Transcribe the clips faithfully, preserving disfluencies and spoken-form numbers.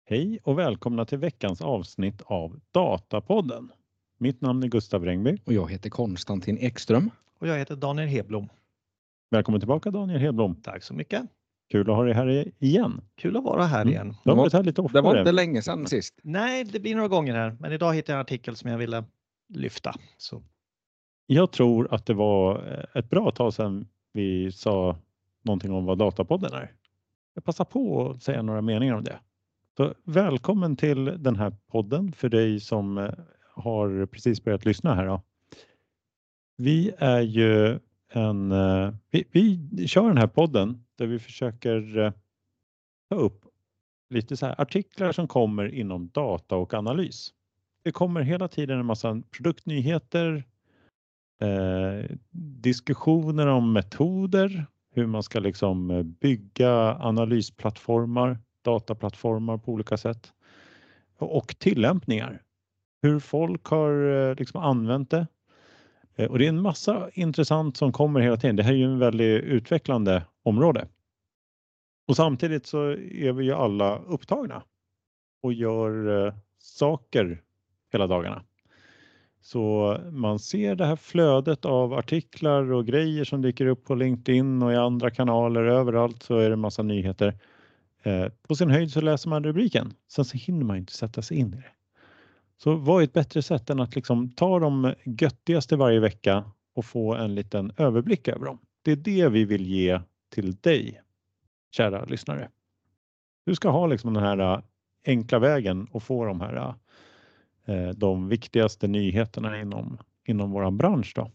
Hej och välkomna till veckans avsnitt av Datapodden. Mitt namn är Gustav Rengby. Och jag heter Konstantin Ekström. Och jag heter Daniel Hedblom. Välkommen tillbaka Daniel Hedblom. Tack så mycket. Kul att ha dig här igen. Kul att vara här Mm. igen. Det, var, här lite det var inte länge sedan sist. Nej, det blir några gånger här. Men idag hittade jag en artikel som jag ville lyfta. Så. Jag tror att det var ett bra tag sedan vi sa någonting om vad Datapodden är. Jag passar på att säga några meningar om det. Så välkommen till den här podden för dig som har precis börjat lyssna här då. Vi är ju en, vi, vi kör den här podden där vi försöker ta upp lite så här artiklar som kommer inom data och analys. Det kommer hela tiden en massa produktnyheter, eh, diskussioner om metoder, hur man ska liksom bygga analysplattformar, dataplattformar på olika sätt och tillämpningar. Hur folk har liksom använt det. Och det är en massa intressant som kommer hela tiden. Det här är ju en väldigt utvecklande område. Och samtidigt så är vi ju alla upptagna och gör saker hela dagarna. Så man ser det här flödet av artiklar och grejer som dyker upp på LinkedIn och i andra kanaler. Överallt så är det en massa nyheter. På sin höjd så läser man rubriken. Sen så hinner man inte sätta sig in i det. Så vad är ett bättre sätt än att liksom ta de göttigaste varje vecka och få en liten överblick över dem. Det är det vi vill ge till dig, kära lyssnare. Du ska ha liksom den här enkla vägen och få de här de viktigaste nyheterna inom, inom vår bransch då.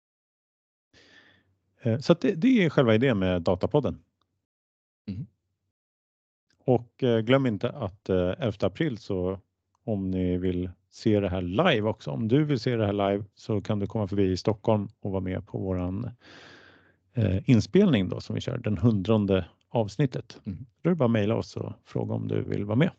Så att det, det är själva idén med Datapodden. Mm. Och glöm inte att elfte april så om ni vill se det här live också. Om du vill se det här live så kan du komma förbi i Stockholm och vara med på våran eh, inspelning då som vi kör, den hundrade avsnittet. Mm. Då är det bara att mejla oss och fråga om du vill vara med.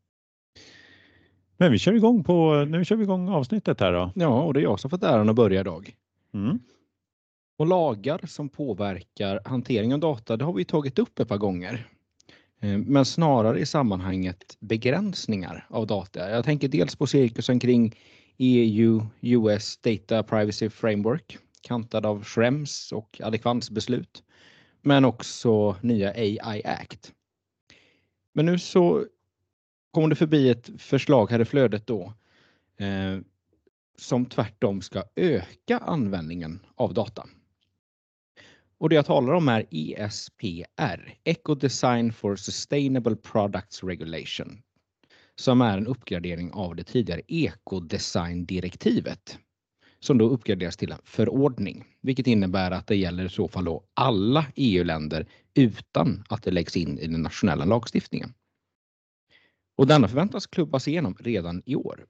Men vi kör igång på, nu kör vi igång avsnittet här då. Ja, och det är jag som fått äran att börja idag. Mm. Och lagar som påverkar hantering av data, det har vi tagit upp ett par gånger. Men snarare i sammanhanget begränsningar av data. Jag tänker dels på cirkusen kring E U U S Data Privacy Framework, kantad av Schrems och adekvansbeslut, men också nya A I Act. Men nu så kommer det förbi ett förslag här i flödet då eh, som tvärtom ska öka användningen av data. Och det jag talar om är E S P R, Eco Design for Sustainable Products Regulation, som är en uppgradering av det tidigare Ecodesign-direktivet, som då uppgraderas till en förordning, vilket innebär att det gäller i så fall då alla E U-länder utan att det läggs in i den nationella lagstiftningen. Och denna förväntas klubbas igenom redan i år.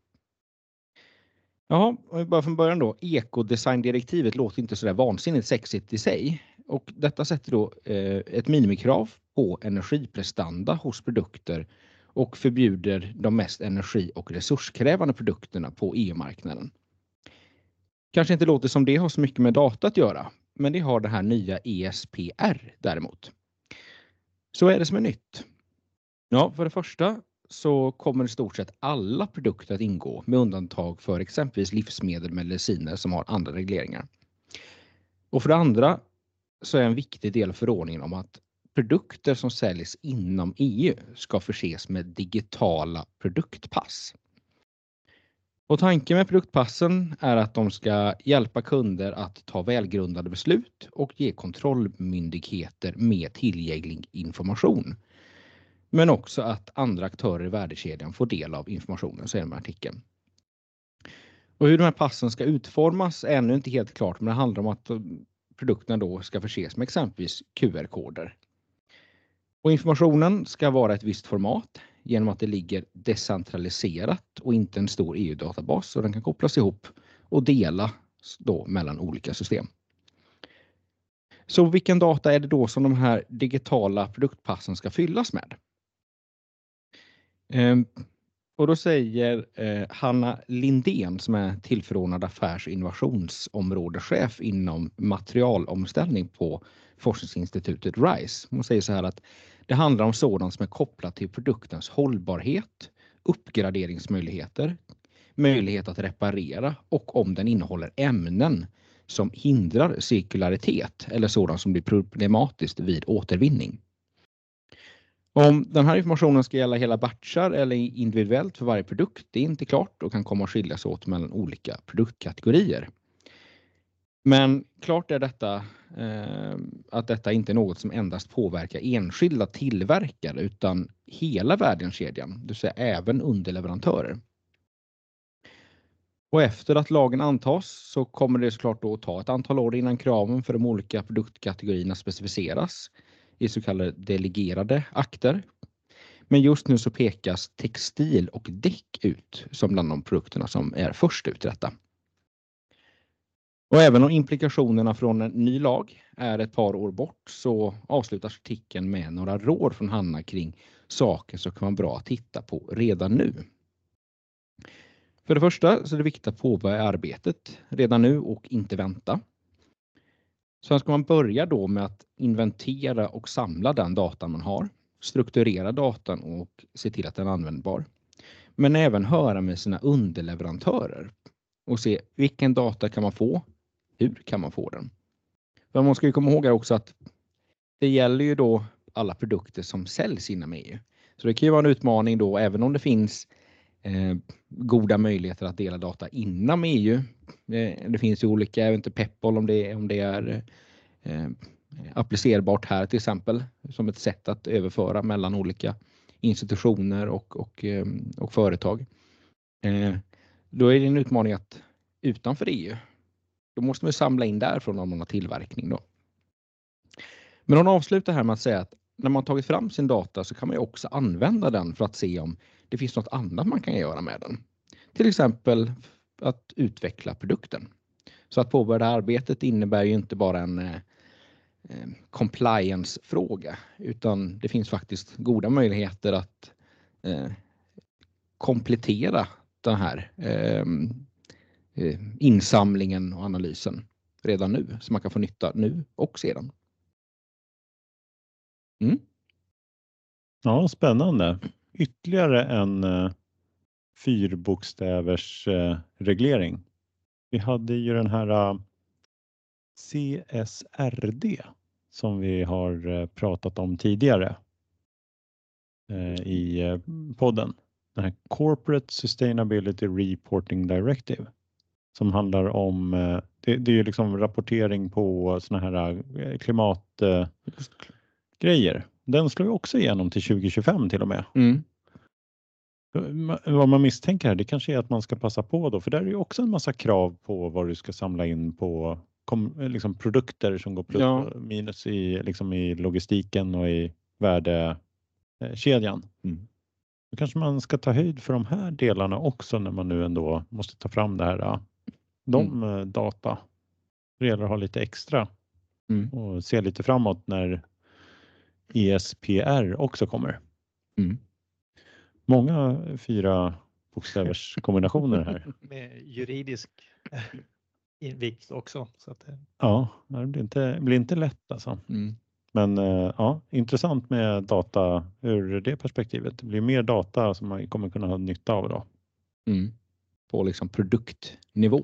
Ja, bara från början då, Ecodesign-direktivet låter inte så där vansinnigt sexigt i sig. Och detta sätter då eh, ett minimikrav på energiprestanda hos produkter och förbjuder de mest energi- och resurskrävande produkterna på E U-marknaden. Kanske inte låter som det har så mycket med data att göra, men det har det här nya E S P R däremot. Så är det som är nytt? Ja, för det första så kommer i stort sett alla produkter att ingå med undantag för exempelvis livsmedel och mediciner som har andra regleringar. Och för det andra så är en viktig del av förordningen om att produkter som säljs inom E U ska förses med digitala produktpass. Och tanken med produktpassen är att de ska hjälpa kunder att ta välgrundade beslut och ge kontrollmyndigheter med tillgänglig information. Men också att andra aktörer i värdekedjan får del av informationen, säger de i artikeln. Och hur de här passen ska utformas är ännu inte helt klart, men det handlar om att produkterna då ska förses med exempelvis Q R-koder. Och informationen ska vara ett visst format genom att det ligger decentraliserat och inte en stor E U-databas, så den kan kopplas ihop och delas då mellan olika system. Så vilken data är det då som de här digitala produktpassen ska fyllas med? Ehm, och då säger eh, Hanna Lindén, som är tillförordnad affärs- och innovationsområdeschef inom materialomställning på forskningsinstitutet RISE. Hon säger så här att Det handlar om sådant som är kopplat till produktens hållbarhet, uppgraderingsmöjligheter, möjlighet att reparera och om den innehåller ämnen som hindrar cirkularitet eller sådant som blir problematiskt vid återvinning. Om den här informationen ska gälla hela batchar eller individuellt för varje produkt, det är inte klart och kan komma att skiljas åt mellan olika produktkategorier. Men klart är detta eh, att detta inte är något som endast påverkar enskilda tillverkare utan hela värdekedjan, det vill säga även underleverantörer. Och efter att lagen antas så kommer det såklart då att ta ett antal år innan kraven för de olika produktkategorierna specificeras i så kallade delegerade akter. Men just nu så pekas textil och däck ut som bland de produkterna som är först ut i detta. Och även om implikationerna från en ny lag är ett par år bort så avslutas artikeln med några råd från Hanna kring saker som kan vara bra att titta på redan nu. För det första så är det viktigt att påbörja arbetet redan nu och inte vänta. Så ska man börja då med att inventera och samla den datan man har, strukturera datan och se till att den är användbar. Men även höra med sina underleverantörer och se vilken data kan man få, hur kan man få den. För man ska ju komma ihåg också att det gäller ju då alla produkter som säljs inom E U. Så det kan ju vara en utmaning då även om det finns eh, goda möjligheter att dela data inom E U. Eh, det finns ju olika, jag vet inte Peppol om det, om det är eh, applicerbart här till exempel som ett sätt att överföra mellan olika institutioner och, och, eh, och företag. Eh, då är det en utmaning att utanför E U, då måste man samla in därifrån om man har tillverkning då. Men hon avslutar här med att säga att när man tagit fram sin data så kan man ju också använda den för att se om det finns något annat man kan göra med den. Till exempel att utveckla produkten. Så att påbörja det här arbetet innebär ju inte bara en eh, compliance-fråga utan det finns faktiskt goda möjligheter att eh, komplettera den här eh, insamlingen och analysen redan nu så man kan få nytta nu och sedan. Mm. Ja, spännande. Ytterligare en uh, fyrbokstävers uh, reglering. Vi hade ju den här uh, C S R D som vi har uh, pratat om tidigare uh, i uh, podden. Den här Corporate Sustainability Reporting Directive som handlar om, uh, det, det är ju liksom rapportering på såna här uh, klimatgrejer. Uh, Den slår ju också igenom till tjugo tjugofem till och med. Mm. Vad man misstänker här, det kanske är att man ska passa på då. För där är ju också en massa krav på vad du ska samla in på kom, liksom produkter som går plus Ja. och minus i, liksom i logistiken och i värdekedjan. Mm. Då kanske man ska ta höjd för de här delarna också när man nu ändå måste ta fram det här. De mm. data. Det gäller att ha lite extra Mm. och se lite framåt när E S P R också kommer. Mm. Många fyra bokstävers kombinationer här. Med juridisk vikt också. Så att, ja, det blir inte, blir inte lätt alltså. Mm. Men ja, intressant med data ur det perspektivet. Det blir mer data som man kommer kunna ha nytta av då. Mm. På liksom produktnivå.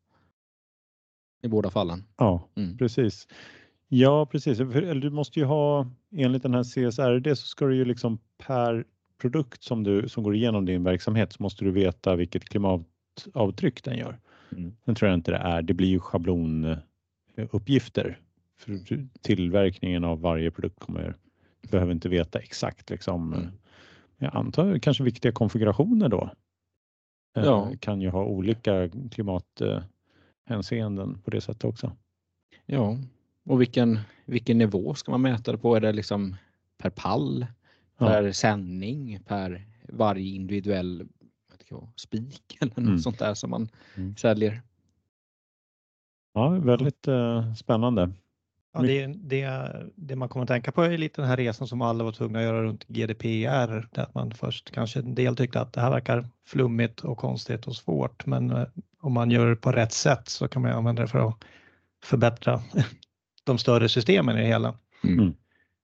I båda fallen. Ja, mm. precis. Ja, precis. För, du måste ju ha, enligt den här C S R D så ska du ju liksom per produkt som du som går igenom din verksamhet så måste du veta vilket klimatavtryck den gör. Mm. Sen tror jag inte det är. Det blir ju schablonuppgifter. För tillverkningen av varje produkt kommer, du behöver inte veta exakt liksom. Mm. Jag antar kanske viktiga konfigurationer då. Ja. Kan ju ha olika klimathänseenden på det sättet också. Ja, och vilken, vilken nivå ska man mäta det på? Är det liksom per pall, per ja. sändning, per varje individuell jag, spik eller något mm. sånt där som man mm. säljer? Ja, väldigt uh, spännande. Ja, det, det, det man kommer att tänka på är lite den här resan som alla var tvungna att göra runt G D P R. Där att man först kanske en del tyckte att det här verkar flummigt och konstigt och svårt. Men uh, om man gör det på rätt sätt så kan man använda det för att förbättra de större systemen i det hela. Mm.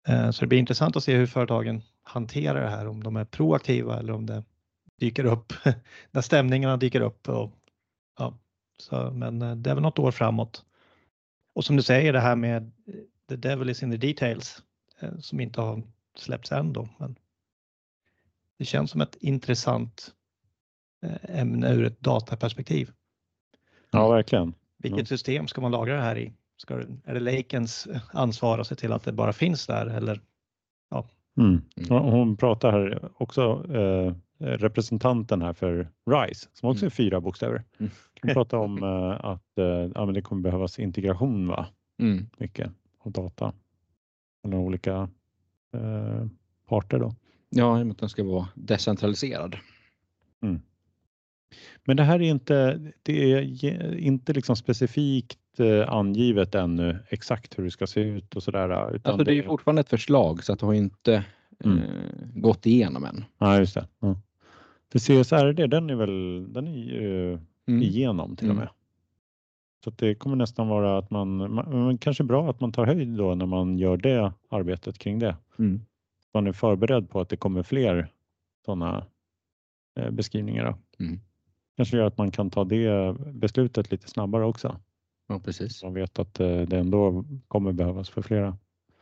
Så det blir intressant att se hur företagen hanterar det här, om de är proaktiva eller om det dyker upp när stämningarna dyker upp. Och, ja, så, men det är väl något år framåt. Och som du säger, det här med the devil is in the details som inte har släppts än då. Men det känns som ett intressant ämne ur ett dataperspektiv. Ja, verkligen. Vilket ja. system ska man lagra det här i? Ska det, är det Lakens ansvar att se till att det bara finns där? Eller, ja. Mm. Hon pratar här också, eh, representanten här för RISE, som också är fyra bokstäver. Mm. Hon pratar om eh, att eh, ja, men det kommer behövas integration, va? Mm. Mycket av data mellan olika eh, parter då. Ja, att den ska vara decentraliserad. Mm. Men det här är inte, det är inte liksom specifikt eh, angivet ännu exakt hur det ska se ut och sådär. Utan Alltså det är ju fortfarande ett förslag, så att det har inte Mm. eh, gått igenom än. Ja, just det. Ja. För C S R D, den är väl den är ju Mm. igenom till och Mm. med. Så att det kommer nästan vara att man, man, kanske bra att man tar höjd då när man gör det arbetet kring det. Mm. Man är förberedd på att det kommer fler sådana eh, beskrivningar då. Mm. Kanske gör att man kan ta det beslutet lite snabbare också. Ja, precis. Man vet att eh, det ändå kommer behövas för flera.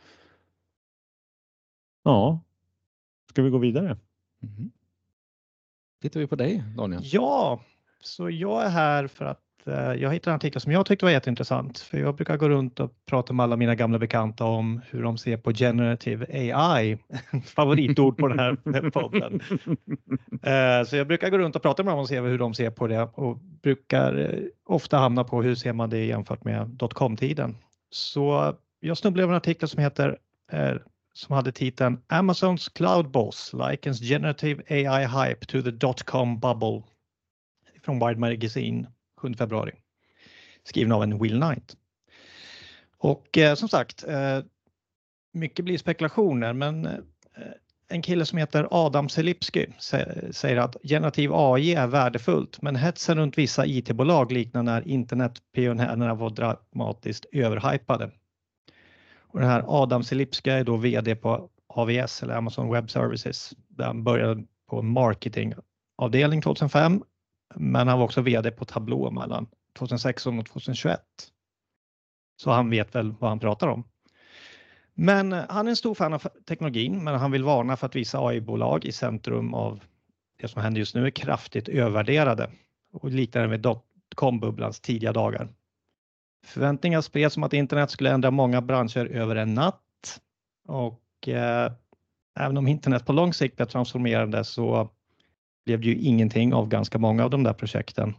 Ja, ska vi gå vidare? Mm. Tittar vi på dig, Daniel? Ja, så jag är här för att eh, jag hittade en artikel som jag tyckte var jätteintressant. För jag brukar gå runt och prata med alla mina gamla bekanta om hur de ser på generative A I. Favoritord på den här podden. Eh, så jag brukar gå runt och prata med dem och se hur de ser på det. Och brukar eh, ofta hamna på hur ser man det jämfört med dotcom-tiden. Så jag snubblade över en artikel som heter eh, som hade titeln Amazons Cloud Boss likens generative A I hype to the dot-com bubble från Wired Magazine sjunde februari. Skriven av en Will Knight. Och eh, som sagt, eh, mycket blir spekulationer, men eh, en kille som heter Adam Selipsky sä- säger att generativ A I är värdefullt, men hetsen runt vissa I T-bolag liknar när internetpionjärerna var dramatiskt överhypade. Och den här Adam Selipsky är då vd på A V S eller Amazon Web Services. Där han började på marketingavdelning tjugohundrafem. Men han var också vd på Tableau mellan tjugohundrasexton och tjugohundratjugoett. Så han vet väl vad han pratar om. Men han är en stor fan av teknologin, men han vill varna för att vissa A I-bolag i centrum av det som händer just nu är kraftigt övervärderade. Och liknar det med dotcom-bubblans tidiga dagar. Förväntningar spreds om att internet skulle ändra många branscher över en natt. Och eh, även om internet på lång sikt är transformerande så blev det ju ingenting av ganska många av de där projekten.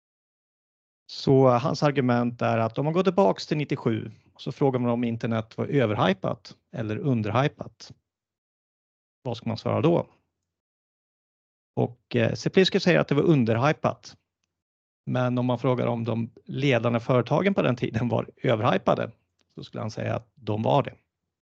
Så hans argument är att om man går tillbaks till nittiosju så frågar man om internet var överhypat eller underhypat. Vad ska man svara då? Och eh, Selipsky säger att det var underhypat. Men om man frågar om de ledande företagen på den tiden var överhypade så skulle han säga att de var det.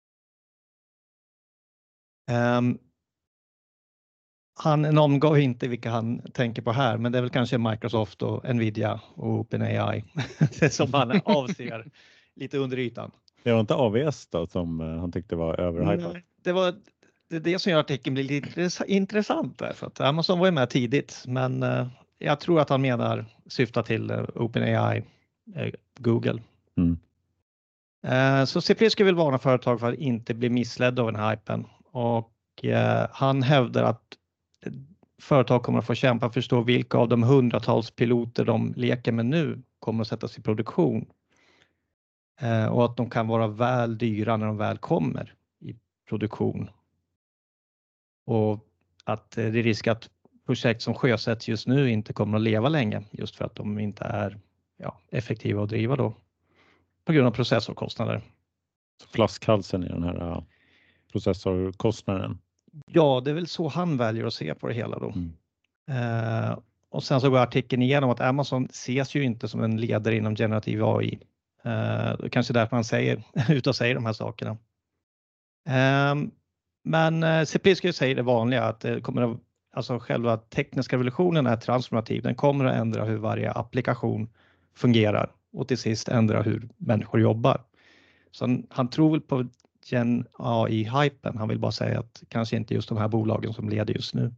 Um, han namngav inte vilka han tänker på här, men det är väl kanske Microsoft och Nvidia och OpenAI som han avser lite under ytan. Det var inte A V S då som han tyckte var överhypat? Nej, det var det, är det som gör artikeln blir lite intressant där, för att Amazon var ju med tidigt, men uh, jag tror att han menar syfta till uh, OpenAI, uh, Google. Mm. Uh, så Selipsky vill varna företag för att inte bli missledda av den hypen, och uh, han hävdar att företag kommer att få kämpa för att förstå vilka av de hundratals piloter de leker med nu kommer att sättas i produktion. Uh, och att de kan vara väl dyra när de väl kommer i produktion. Och att det är risk att projekt som sjösätts just nu inte kommer att leva länge just för att de inte är ja, effektiva att driva då på grund av processorkostnader. Så flaskhalsen i den här uh, processorkostnaden. Ja, det är väl så han väljer att se på det hela då. Mm. Uh, och sen så går artikeln igenom att Amazon ses ju inte som en ledare inom generativ A I. Uh, kanske därför man säger, ut och säger de här sakerna. Uh, Men eh, Selipsky säger det vanliga att det kommer att, alltså själva tekniska revolutionen är transformativ. Den kommer att ändra hur varje applikation fungerar och till sist ändra hur människor jobbar. Så han, han tror väl på Gen A I-hypen. Han vill bara säga att kanske inte just de här bolagen som leder just nu.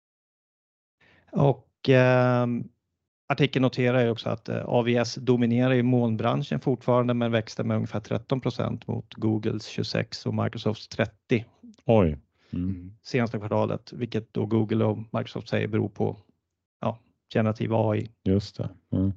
Och eh, artikeln noterar ju också att eh, A W S dominerar i molnbranschen fortfarande men växte med ungefär tretton procent mot Googles tjugosex och Microsofts trettio. Oj. Mm. Senaste kvartalet, vilket då Google och Microsoft säger beror på ja, generativ A I. Just det. Mm.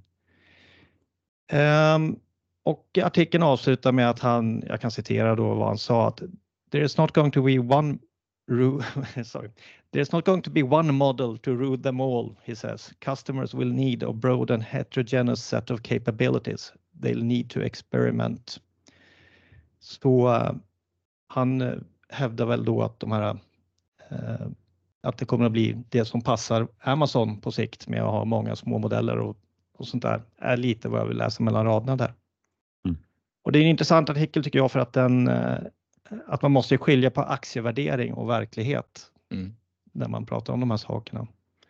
Um, och artikeln avslutar med att han, jag kan citera då vad han sa, att there is not going to be one sorry, there is not going to be one model to rule them all, he says. Customers will need a broad and heterogeneous set of capabilities. They'll need to experiment. Så uh, han uh, hävdar väl då att de här uh, att det kommer att bli det som passar Amazon på sikt med att ha många små modeller och, och sånt där är lite vad jag vill läsa mellan raderna där. Mm. Och det är en intressant artikel tycker jag för att den att man måste skilja på aktievärdering och verklighet Mm. när man pratar om de här sakerna.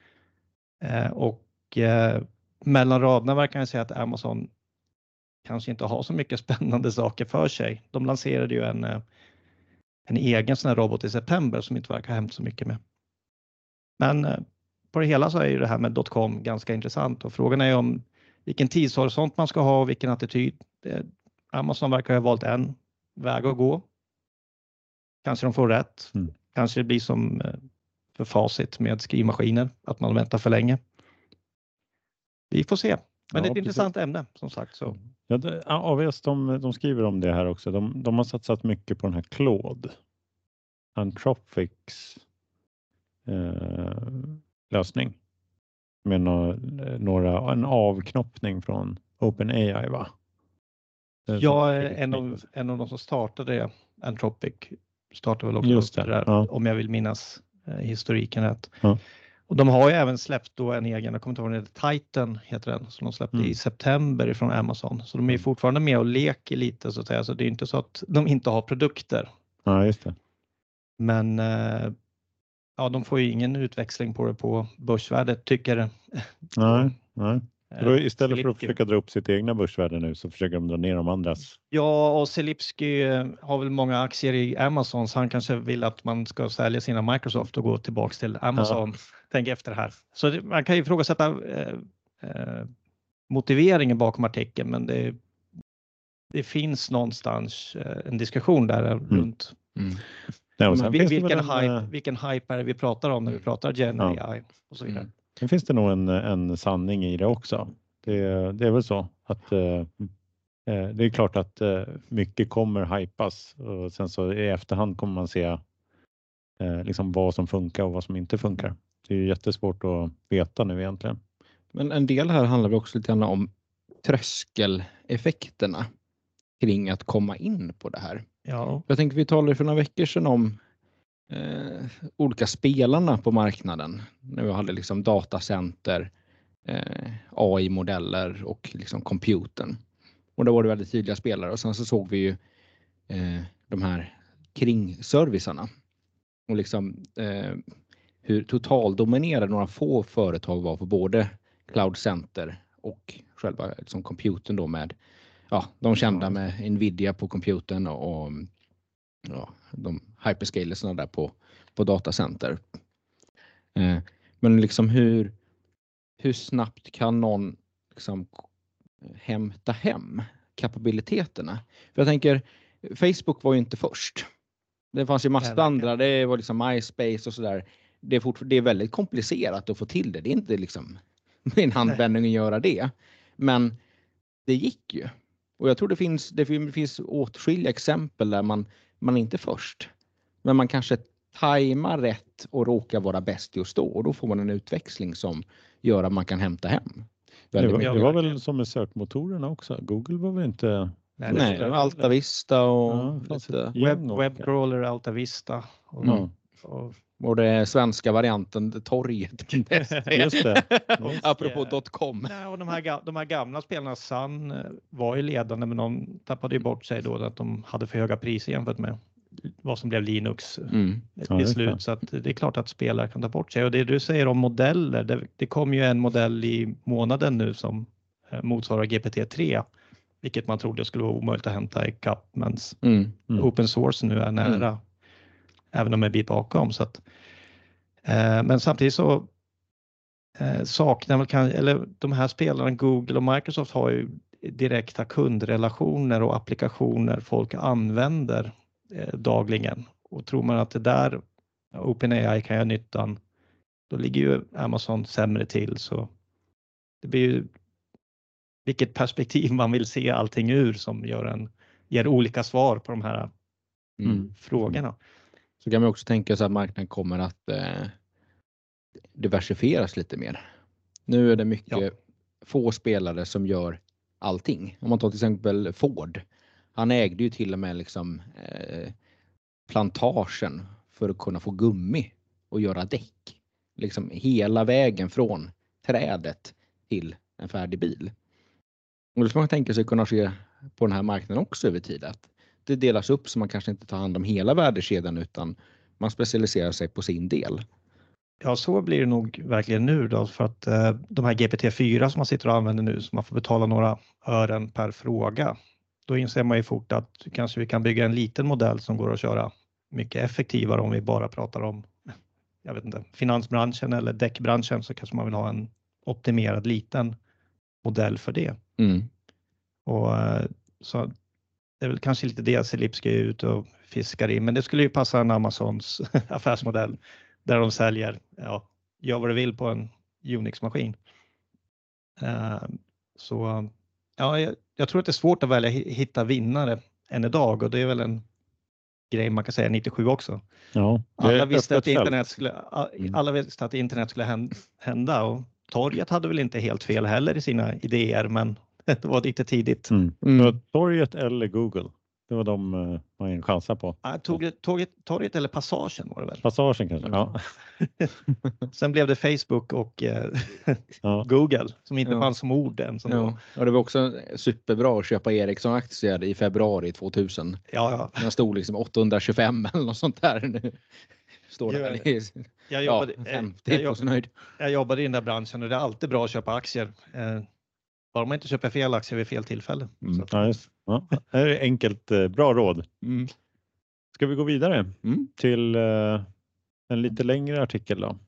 Eh, och eh, mellan raderna verkar jag säga att Amazon kanske inte har så mycket spännande saker för sig. De lanserade ju en, en egen sån här robot i september som inte verkar ha hänt så mycket med. Men eh, på det hela så är ju det här med dotcom ganska intressant och frågan är om vilken tidshorisont man ska ha och vilken attityd. Eh, Amazon verkar ha valt en väg att gå. Kanske de får rätt. Mm. Kanske det blir som för facit med skrivmaskiner. Att man väntar för länge. Vi får se. Men Ja, det är ett precis. intressant ämne som sagt. Så. Ja, det, A W S de, de skriver om det här också. De, de har satsat mycket på den här Claude. Anthropics eh, lösning. Med no, några, en avknoppning från OpenAI va? Jag är en av, en av de som startade Anthropic. Startade väl också Just det, där, ja. om jag vill minnas eh, historiken rätt. Ja. Och de har ju även släppt då en egen, jag kommer inte ihåg vad den heter, Titan heter den, som de släppte Mm. i september från Amazon. Så de är ju Mm. fortfarande med och leker lite så att säga. Så det är inte så att de inte har produkter. Ja, just det. Men eh, ja, de får ju ingen utväxling på det på börsvärdet tycker Nej, nej. eh, Då istället för att Selipsky. försöka dra upp sitt egna börsvärde nu så försöker de dra ner de andras. Ja, och Selipsky eh, har väl många aktier i Amazon så han kanske vill att man ska sälja sina Microsoft och gå tillbaks till Amazon. Tänk efter här. Så det, man kan ju ifrågasätta eh, eh, motiveringen bakom artikeln men det, det finns någonstans eh, en diskussion där mm. runt Mm. Ja, och sen Vil, finns det vilken, väl en, hype, vilken hype är det vi pratar om när vi pratar Gen Ja. A I och så vidare. Mm. sen finns det nog en, en sanning i det också. Det, det är väl så att eh, det är klart att eh, mycket kommer hypas och sen så i efterhand kommer man se eh, liksom vad som funkar och vad som inte funkar. Det är ju jättesvårt att veta nu egentligen. Men en del här handlar också lite grann om tröskeleffekterna kring att komma in på det här. Ja. Jag tänker vi talade för några veckor sedan om eh, olika spelarna på marknaden. När vi hade liksom datacenter, eh, A I-modeller och liksom computern. Och då var det väldigt tydliga spelare. Och sen så såg vi ju eh, de här kringservicerna. Och liksom eh, hur totaldominerade några få företag var på både Cloud Center och själva liksom computern då med ja, de kända med Nvidia på computern och, och ja, de hyperscalersna där på, på datacenter. Eh, men liksom hur, hur snabbt kan någon liksom hämta hem kapabiliteterna? För jag tänker, Facebook var ju inte först. Det fanns ju massor andra, det var liksom MySpace och sådär. Det är, fortfar- det är väldigt komplicerat att få till det. Det är inte liksom med en handvändning att göra det. Men det gick ju. Och jag tror det finns, det finns åtskilliga exempel där man, man är inte först. Men man kanske tajmar rätt och råkar vara bäst just då. Och då får man en utväxling som gör att man kan hämta hem. Det var, mycket. det var väl som med sökmotorerna också. Google var väl inte... Nej, Nej, det var- Alta Vista och Ja, fast lite, ett Web, gäng Webcrawler, Alta Vista och, Ja. och och det svenska varianten det torget. Just det. Just Apropå dotcom. Nej, och de, här, ga- de här gamla spelarna, Sun eh, var ju ledande men de tappade ju bort sig då att de hade för höga priser jämfört med vad som blev Linux Mm. Ja, till just det. slut. Så att det är klart att spelare kan ta bort sig. Och det du säger om modeller, det, det kom ju en modell i månaden nu som eh, motsvarar G P T tre. vilket man trodde skulle vara omöjligt att hämta i kapp, men Mm. Mm. open source nu är nära, Mm. även om det är en bit bakom. Så att, eh, men samtidigt så eh, saknar väl kan, eller de här spelarna, Google och Microsoft, har ju direkta kundrelationer och applikationer folk använder eh, dagligen. Och tror man att det där OpenAI kan göra nyttan, då ligger ju Amazon sämre till. Så det blir ju vilket perspektiv man vill se allting ur som gör en, ger olika svar på de här Mm. frågorna. Så kan man också tänka sig att marknaden kommer att eh, diversifieras lite mer. Nu är det mycket Ja. få spelare som gör allting. Om man tar till exempel Ford. Han ägde ju till och med liksom eh, plantagen för att kunna få gummi och göra däck. Liksom hela vägen från trädet till en färdig bil. Och det ska man tänka sig kunna se på den här marknaden också över tid. Att det delas upp så man kanske inte tar hand om hela värdekedjan utan man specialiserar sig på sin del. Ja, så blir det nog verkligen nu då, för att eh, de här G P T fyra som man sitter och använder nu, som man får betala några ören per fråga, då inser man ju fort att kanske vi kan bygga en liten modell som går att köra mycket effektivare om vi bara pratar om, jag vet inte, finansbranschen eller däckbranschen, så kanske man vill ha en optimerad liten modell för det. Mm. Och eh, så det är väl kanske lite det Selipsky är ute och fiskar i, men det skulle ju passa en Amazons affärsmodell där de säljer, ja, gör vad du vill på en Unix-maskin. Uh, så ja, jag, jag tror att det är svårt att välja hitta vinnare än idag, och det är väl en grej man kan säga nittiosju också. Ja, det är Alla visste att öppet fält. internet skulle, alla visste att internet skulle hända, och torget hade väl inte helt fel heller i sina idéer, men det var lite tidigt. Mm. Mm. Det var torget eller Google. Det var de uh, man chansade på. Ja, tåget, tåget, torget eller passagen var det väl? Passagen kanske, ja. Sen blev det Facebook och eh, Ja. Google som inte Ja. fanns som ord än. Som Ja. då. Och det var också superbra att köpa Ericsson-aktier i februari tvåtusen. Ja, ja. Den stod liksom åttahundratjugofem eller något sånt där. Nu står det Ja, väl i Jag jobbade, ja, eh, femtio jag, på jobb, sin höjd. jag jobbade i den där branschen och det är alltid bra att köpa aktier. Eh, bara man inte köper fel aktier vid fel tillfälle. Mm. Så att, Ja, just. Ja. Det här är enkelt, eh, bra råd. Mm. Ska vi gå vidare Mm. till eh, en lite längre artikel då?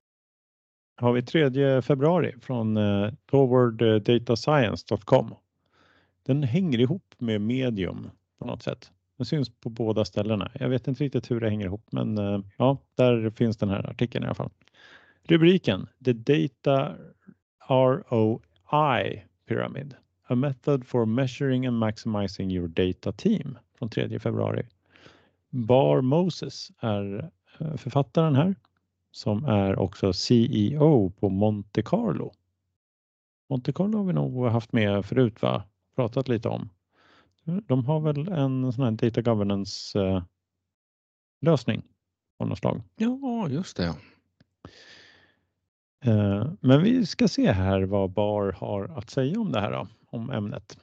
Har vi tredje februari från eh, toward data science dot com. Den hänger ihop med Medium på något sätt. Den syns på båda ställena. Jag vet inte riktigt hur det hänger ihop, men eh, ja, där finns den här artikeln i alla fall. Rubriken: The Data R O I Pyramid. A method for measuring and maximizing your data team. Från tredje februari. Bar Moses är författaren här, som är också C E O på Monte Carlo. Monte Carlo har vi nog haft med förut, va? Pratat lite om. De har väl en sån här data governance eh, lösning av något slag. Ja, just det. Eh, men vi ska se här vad Bar har att säga om det här då, om ämnet.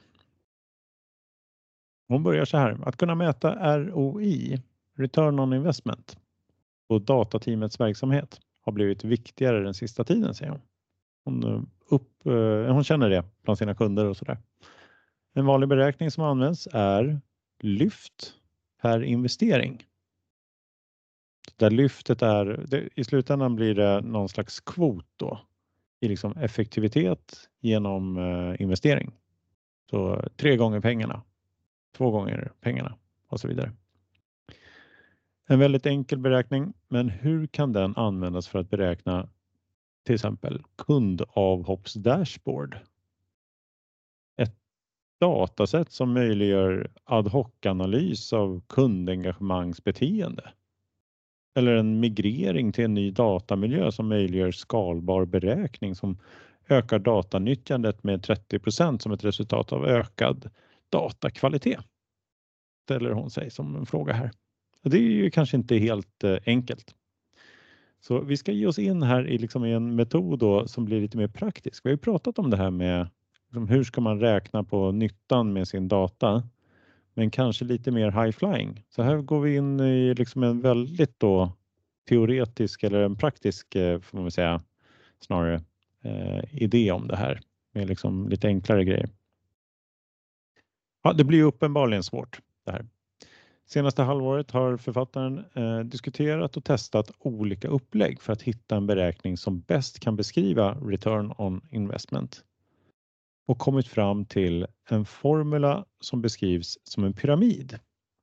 Hon börjar så här: att kunna mäta R O I, return on investment, på datateamets verksamhet har blivit viktigare den sista tiden, säger hon. Hon, upp, eh, hon känner det bland sina kunder och sådär. En vanlig beräkning som används är lyft per investering. Där lyftet är, det, i slutändan blir det någon slags kvot då i liksom effektivitet genom eh, investering. Så tre gånger pengarna, två gånger pengarna och så vidare. En väldigt enkel beräkning, men hur kan den användas för att beräkna till exempel kundavhopps-dashboard? Ett datasätt som möjliggör ad hoc-analys av kundengagemangsbeteende. Eller en migrering till en ny datamiljö som möjliggör skalbar beräkning som ökar datanyttjandet med trettio procent som ett resultat av ökad datakvalitet. Ställer hon sig som en fråga här. Det är ju kanske inte helt eh, enkelt. Så vi ska ge oss in här i, liksom, i en metod då, som blir lite mer praktisk. Vi har ju pratat om det här med liksom, hur ska man räkna på nyttan med sin data. Men kanske lite mer high flying. Så här går vi in i liksom en väldigt då teoretisk eller en praktisk, får man säga, snarare eh, idé om det här. Med liksom lite enklare grejer. Ja, det blir ju uppenbarligen svårt det här. Senaste halvåret har författaren eh, diskuterat och testat olika upplägg för att hitta en beräkning som bäst kan beskriva return on investment. Och kommit fram till en formula som beskrivs som en pyramid.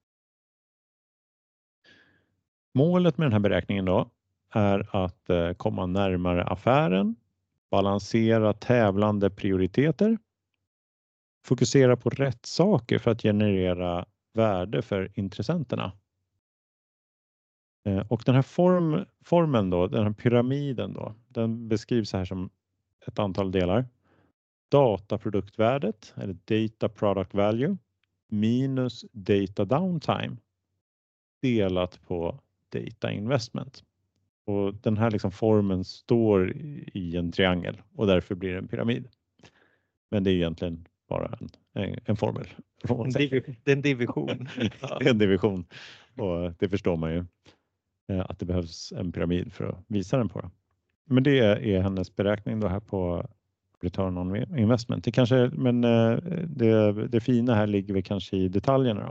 Målet med den här beräkningen då är att eh, komma närmare affären, balansera tävlande prioriteter, fokusera på rätt saker för att generera värde för intressenterna. Eh, och den här form, formen då, den här pyramiden då, den beskrivs här som ett antal delar. Dataproduktvärdet eller data product value minus data downtime delat på data investment. Och den här liksom formen står i en triangel och därför blir det en pyramid. Men det är egentligen bara en, en, en formel. En div- det är en division. Det är en division och det förstår man ju att det behövs en pyramid för att visa den på. Men det är hennes beräkning då här på return on investment. Det kanske, men det, det fina här ligger väl kanske i detaljerna då.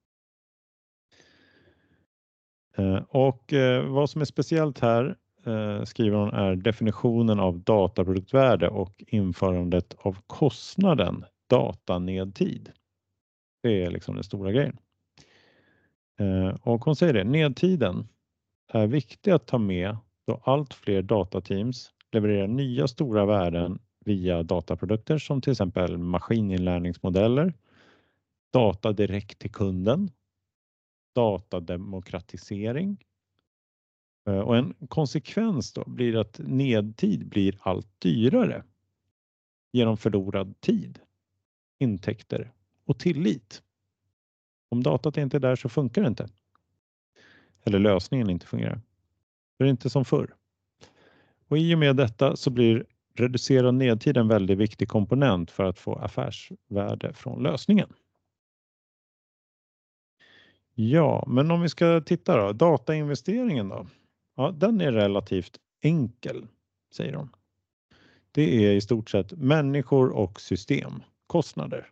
Och vad som är speciellt här, skriver hon, är definitionen av dataproduktvärde och införandet av kostnaden datanedtid. Det är liksom den stora grejen. Och hon säger det, nedtiden är viktig att ta med då allt fler datateams levererar nya stora värden via dataprodukter som till exempel maskininlärningsmodeller, data direkt till kunden, datademokratisering. Och en konsekvens då blir att nedtid blir allt dyrare genom förlorad tid, intäkter och tillit. Om datat inte är där så funkar det inte. Eller lösningen inte fungerar. Det är inte som förr. Och i och med detta så blir reducerad nedtid en väldigt viktig komponent för att få affärsvärde från lösningen. Ja, men om vi ska titta då, datainvesteringen då. Ja, den är relativt enkel, säger de. Det är i stort sett människor och systemkostnader.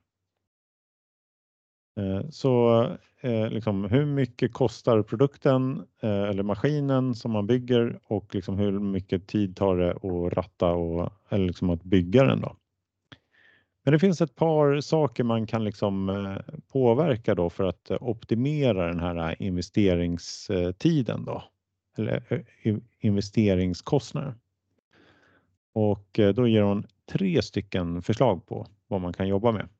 Så liksom, hur mycket kostar produkten eller maskinen som man bygger och liksom hur mycket tid tar det att ratta och eller liksom att bygga den då. Men det finns ett par saker man kan liksom påverka då för att optimera den här investeringstiden då. Eller investeringskostnader. Och då ger hon tre stycken förslag på vad man kan jobba med.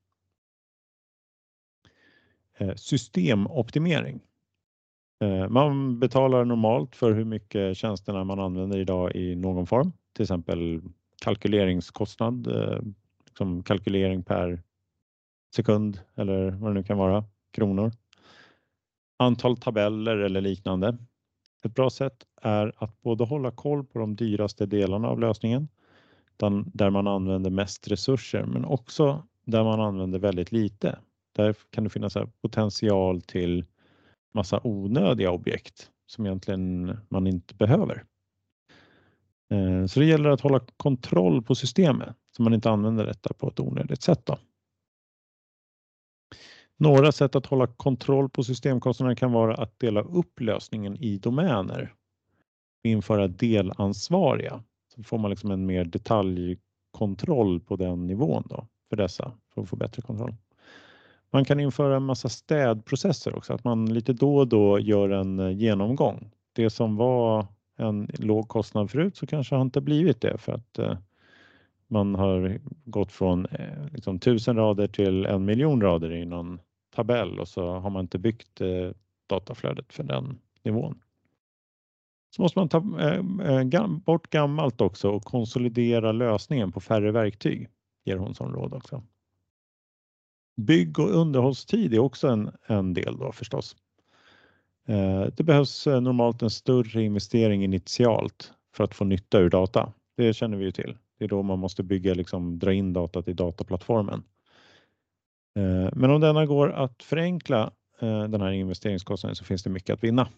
Systemoptimering. Man betalar normalt för hur mycket tjänsterna man använder idag i någon form. Till exempel kalkyleringskostnad, liksom kalkylering per sekund eller vad det nu kan vara, kronor. Antal tabeller eller liknande. Ett bra sätt är att både hålla koll på de dyraste delarna av lösningen, där man använder mest resurser, men också där man använder väldigt lite. Där kan det finnas potential till massa onödiga objekt som egentligen man inte behöver. Så det gäller att hålla kontroll på systemet så man inte använder detta på ett onödigt sätt då. Några sätt att hålla kontroll på systemkostnaderna kan vara att dela upp lösningen i domäner. Införa delansvariga. Så får man liksom en mer detaljkontroll på den nivån då för dessa för att få bättre kontroll. Man kan införa en massa städprocesser också. Att man lite då och då gör en genomgång. Det som var en låg kostnad förut så kanske har inte blivit det för att eh, man har gått från eh, liksom tusen rader till en miljon rader i någon tabell och så har man inte byggt eh, dataflödet för den nivån. Så måste man ta eh, gam, bort gammalt också och konsolidera lösningen på färre verktyg, ger hon som råd också. Bygg- och underhållstid är också en, en del då förstås. Eh, det behövs eh, normalt en större investering initialt för att få nytta ur data. Det känner vi ju till. Det är då man måste bygga, liksom, dra in datat i dataplattformen. Eh, men om denna går att förenkla eh, den här investeringskostnaden så finns det mycket att vinna.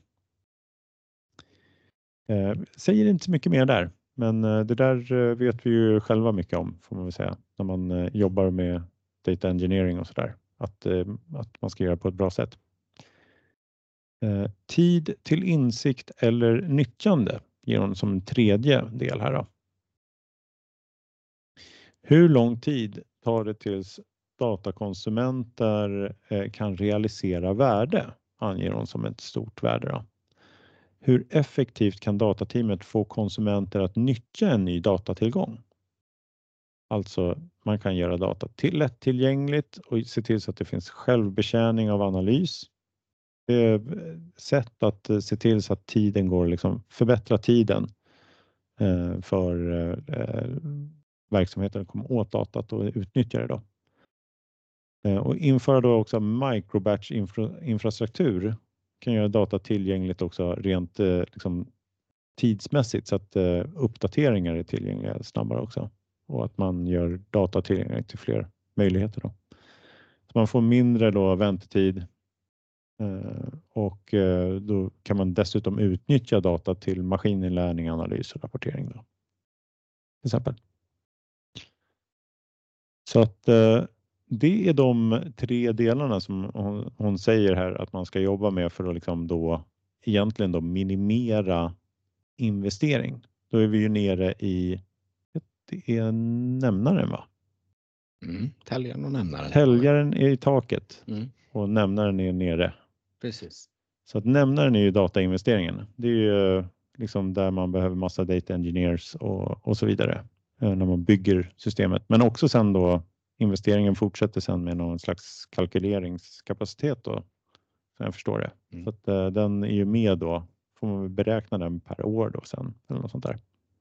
Eh, säger inte så mycket mer där. Men eh, det där eh, vet vi ju själva mycket om, får man väl säga. När man eh, jobbar med data engineering och sådär. att, att man ska göra på ett bra sätt. Tid till insikt eller nyttjande ger hon som en tredje del här då. Hur lång tid tar det tills datakonsumenter kan realisera värde, anger hon som ett stort värde då. Hur effektivt kan datateamet få konsumenter att nyttja en ny datatillgång? Alltså man kan göra data till lättillgängligt och se till så att det finns självbetjäning av analys. Det är sätt att se till så att tiden går, liksom förbättra tiden för verksamheten att komma åt datat och utnyttja det då. Och införa då också microbatch infra, infrastruktur kan göra data tillgängligt också rent liksom, tidsmässigt så att uppdateringar är tillgängliga snabbare också. Och att man gör data tillgängligt till fler möjligheter då. Så man får mindre då väntetid och då kan man dessutom utnyttja data till maskininlärning, analys och rapportering då. Till exempel. Så att det är de tre delarna som hon, hon säger här att man ska jobba med för att liksom då egentligen då minimera investering. Då är vi ju nere i det är nämnaren va? Mm, täljaren och nämnaren. Täljaren är i taket mm. och nämnaren är nere. Precis. Så att nämnaren är ju datainvesteringen. Det är ju liksom där man behöver massa data engineers och, och så vidare när man bygger systemet. Men också sen då investeringen fortsätter sen med någon slags kalkyleringskapacitet då. Så jag förstår det. Mm. Så att uh, den är ju med då. Får man beräkna den per år då sen eller något sånt där.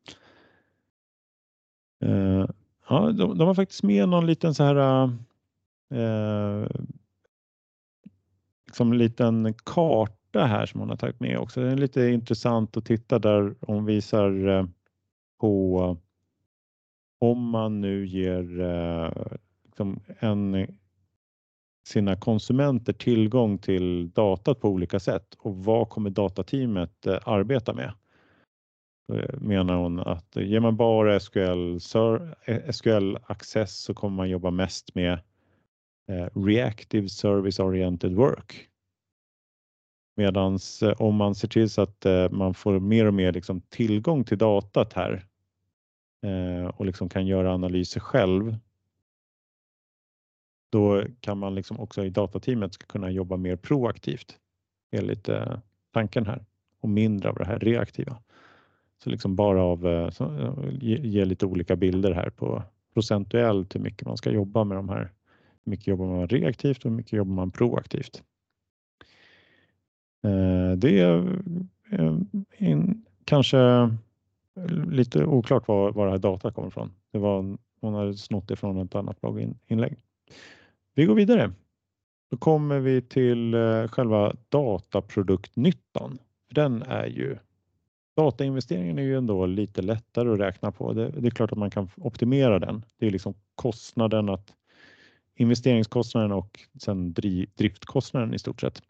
Uh, ja, de, de har faktiskt med någon liten så här uh, liksom en liten karta här som hon har tagit med också. Det är lite intressant att titta där hon visar uh, på om man nu ger uh, liksom en sina konsumenter tillgång till datat på olika sätt och vad kommer datateamet uh, arbeta med? Menar hon att ger man bara S Q L, S Q L access så kommer man jobba mest med eh, reactive service oriented work. Medan eh, om man ser till så att eh, man får mer och mer liksom, tillgång till datat här eh, och liksom kan göra analyser själv. Då kan man liksom också i datateamet ska kunna jobba mer proaktivt. Det är lite tanken här och mindre av det här reaktiva. Så liksom bara av så, ge, ge lite olika bilder här på procentuellt hur mycket man ska jobba med de här. Hur mycket jobbar man reaktivt och hur mycket jobbar man proaktivt. Eh, det är eh, in, kanske lite oklart var, var det här data kommer ifrån. Det var, hon hade snott det från ett annat blogginlägg. Vi går vidare. Då kommer vi till eh, själva dataproduktnyttan. För den är ju Datainvesteringen är ju ändå lite lättare att räkna på. Det, det är klart att man kan optimera den. Det är liksom kostnaden att investeringskostnaden och sen driftkostnaden i stort sett.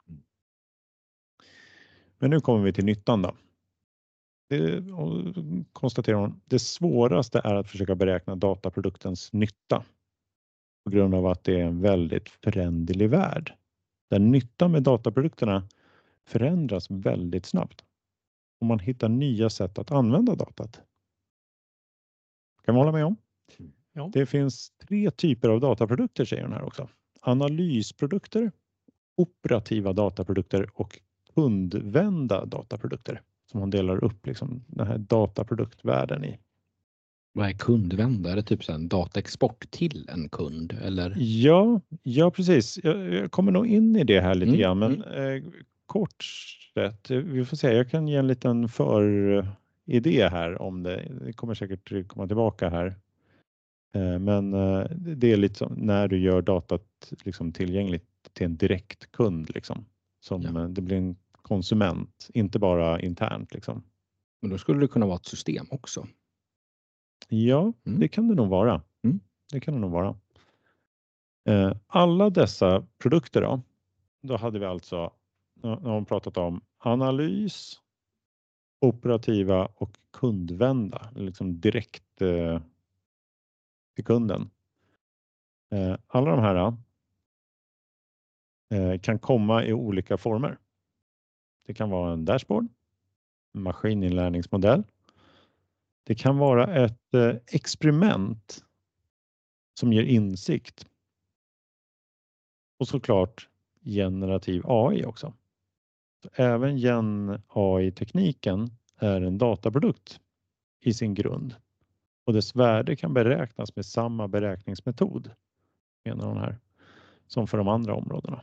Men nu kommer vi till nyttan då. Det, konstaterar hon, det svåraste är att försöka beräkna dataproduktens nytta. På grund av att det är en väldigt föränderlig värld. Där nyttan med dataprodukterna förändras väldigt snabbt. Om man hittar nya sätt att använda datat. Kan man hålla med om? Ja. Det finns tre typer av dataprodukter säger hon här också. Analysprodukter, operativa dataprodukter och kundvända dataprodukter. Som hon delar upp liksom den här dataproduktvärlden i. Vad är kundvända? Är det typ så en dataexport till en kund? Eller? Ja, ja precis. Jag, jag kommer nog in i det här lite mm. grann. Men mm. eh, kort sett, vi får se. Jag kan ge en liten föridé här om det. Det kommer säkert komma tillbaka här. Eh, men eh, det är lite som när du gör datat liksom, tillgängligt till en direkt kund. Liksom, som ja. Det blir en konsument, inte bara internt. Liksom. Men då skulle det kunna vara ett system också. Ja, mm. det kan det nog vara. Mm. Det kan det nog vara. Eh, alla dessa produkter då, då hade vi alltså, nu har vi pratat om analys, operativa och kundvända, liksom direkt eh, till kunden. Eh, alla de här eh, kan komma i olika former. Det kan vara en dashboard, en maskininlärningsmodell. Det kan vara ett eh, experiment som ger insikt. Och såklart generativ A I också. Så även gen A I-tekniken är en dataprodukt i sin grund. Och dess värde kan beräknas med samma beräkningsmetod, menar hon här, som för de andra områdena.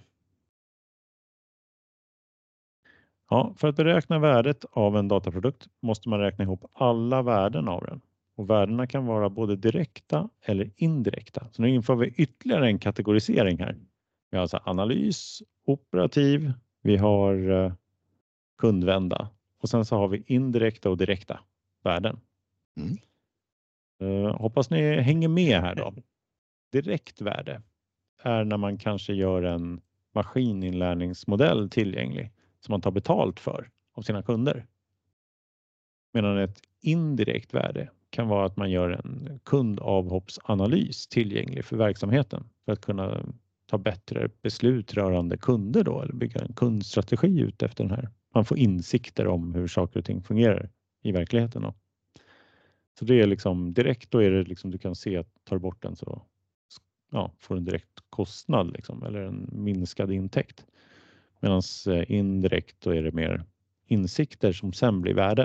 Ja, för att beräkna värdet av en dataprodukt måste man räkna ihop alla värden av den. Och värdena kan vara både direkta eller indirekta. Så nu inför vi ytterligare en kategorisering här. Vi har alltså analys, operativ, vi har eh, kundvända och sen så har vi indirekta och direkta värden. Mm. Uh, hoppas ni hänger med här då. Direkt värde är när man kanske gör en maskininlärningsmodell tillgänglig som man tar betalt för av sina kunder. Medan ett indirekt värde kan vara att man gör en kundavhoppsanalys tillgänglig för verksamheten för att kunna ta bättre beslut rörande kunder då, eller bygga en kundstrategi ut efter den här. Man får insikter om hur saker och ting fungerar i verkligheten då. Så det är liksom direkt, då är det liksom du kan se att tar bort den så ja, får en direkt kostnad liksom, eller en minskad intäkt. Medan indirekt då är det mer insikter som sen blir värde.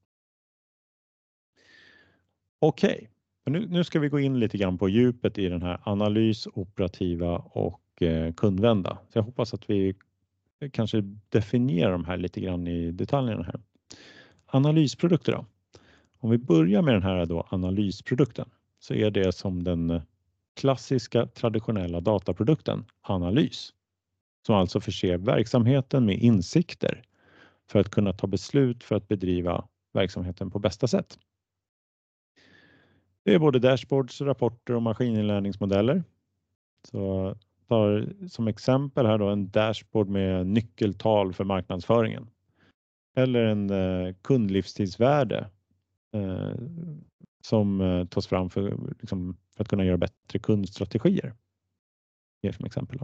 Okej, okay. nu, nu ska vi gå in lite grann på djupet i den här analys, operativa och eh, kundvända. Så jag hoppas att vi kanske definierar de här lite grann i detaljerna här. Analysprodukter då. Om vi börjar med den här då analysprodukten så är det som den klassiska traditionella dataprodukten analys. Som alltså förser verksamheten med insikter för att kunna ta beslut för att bedriva verksamheten på bästa sätt. Det är både dashboards, rapporter och maskininlärningsmodeller. Så tar som exempel här då en dashboard med nyckeltal för marknadsföringen. Eller en eh, kundlivstidsvärde eh, som eh, tas fram för, liksom, för att kunna göra bättre kundstrategier. Ger som exempel då.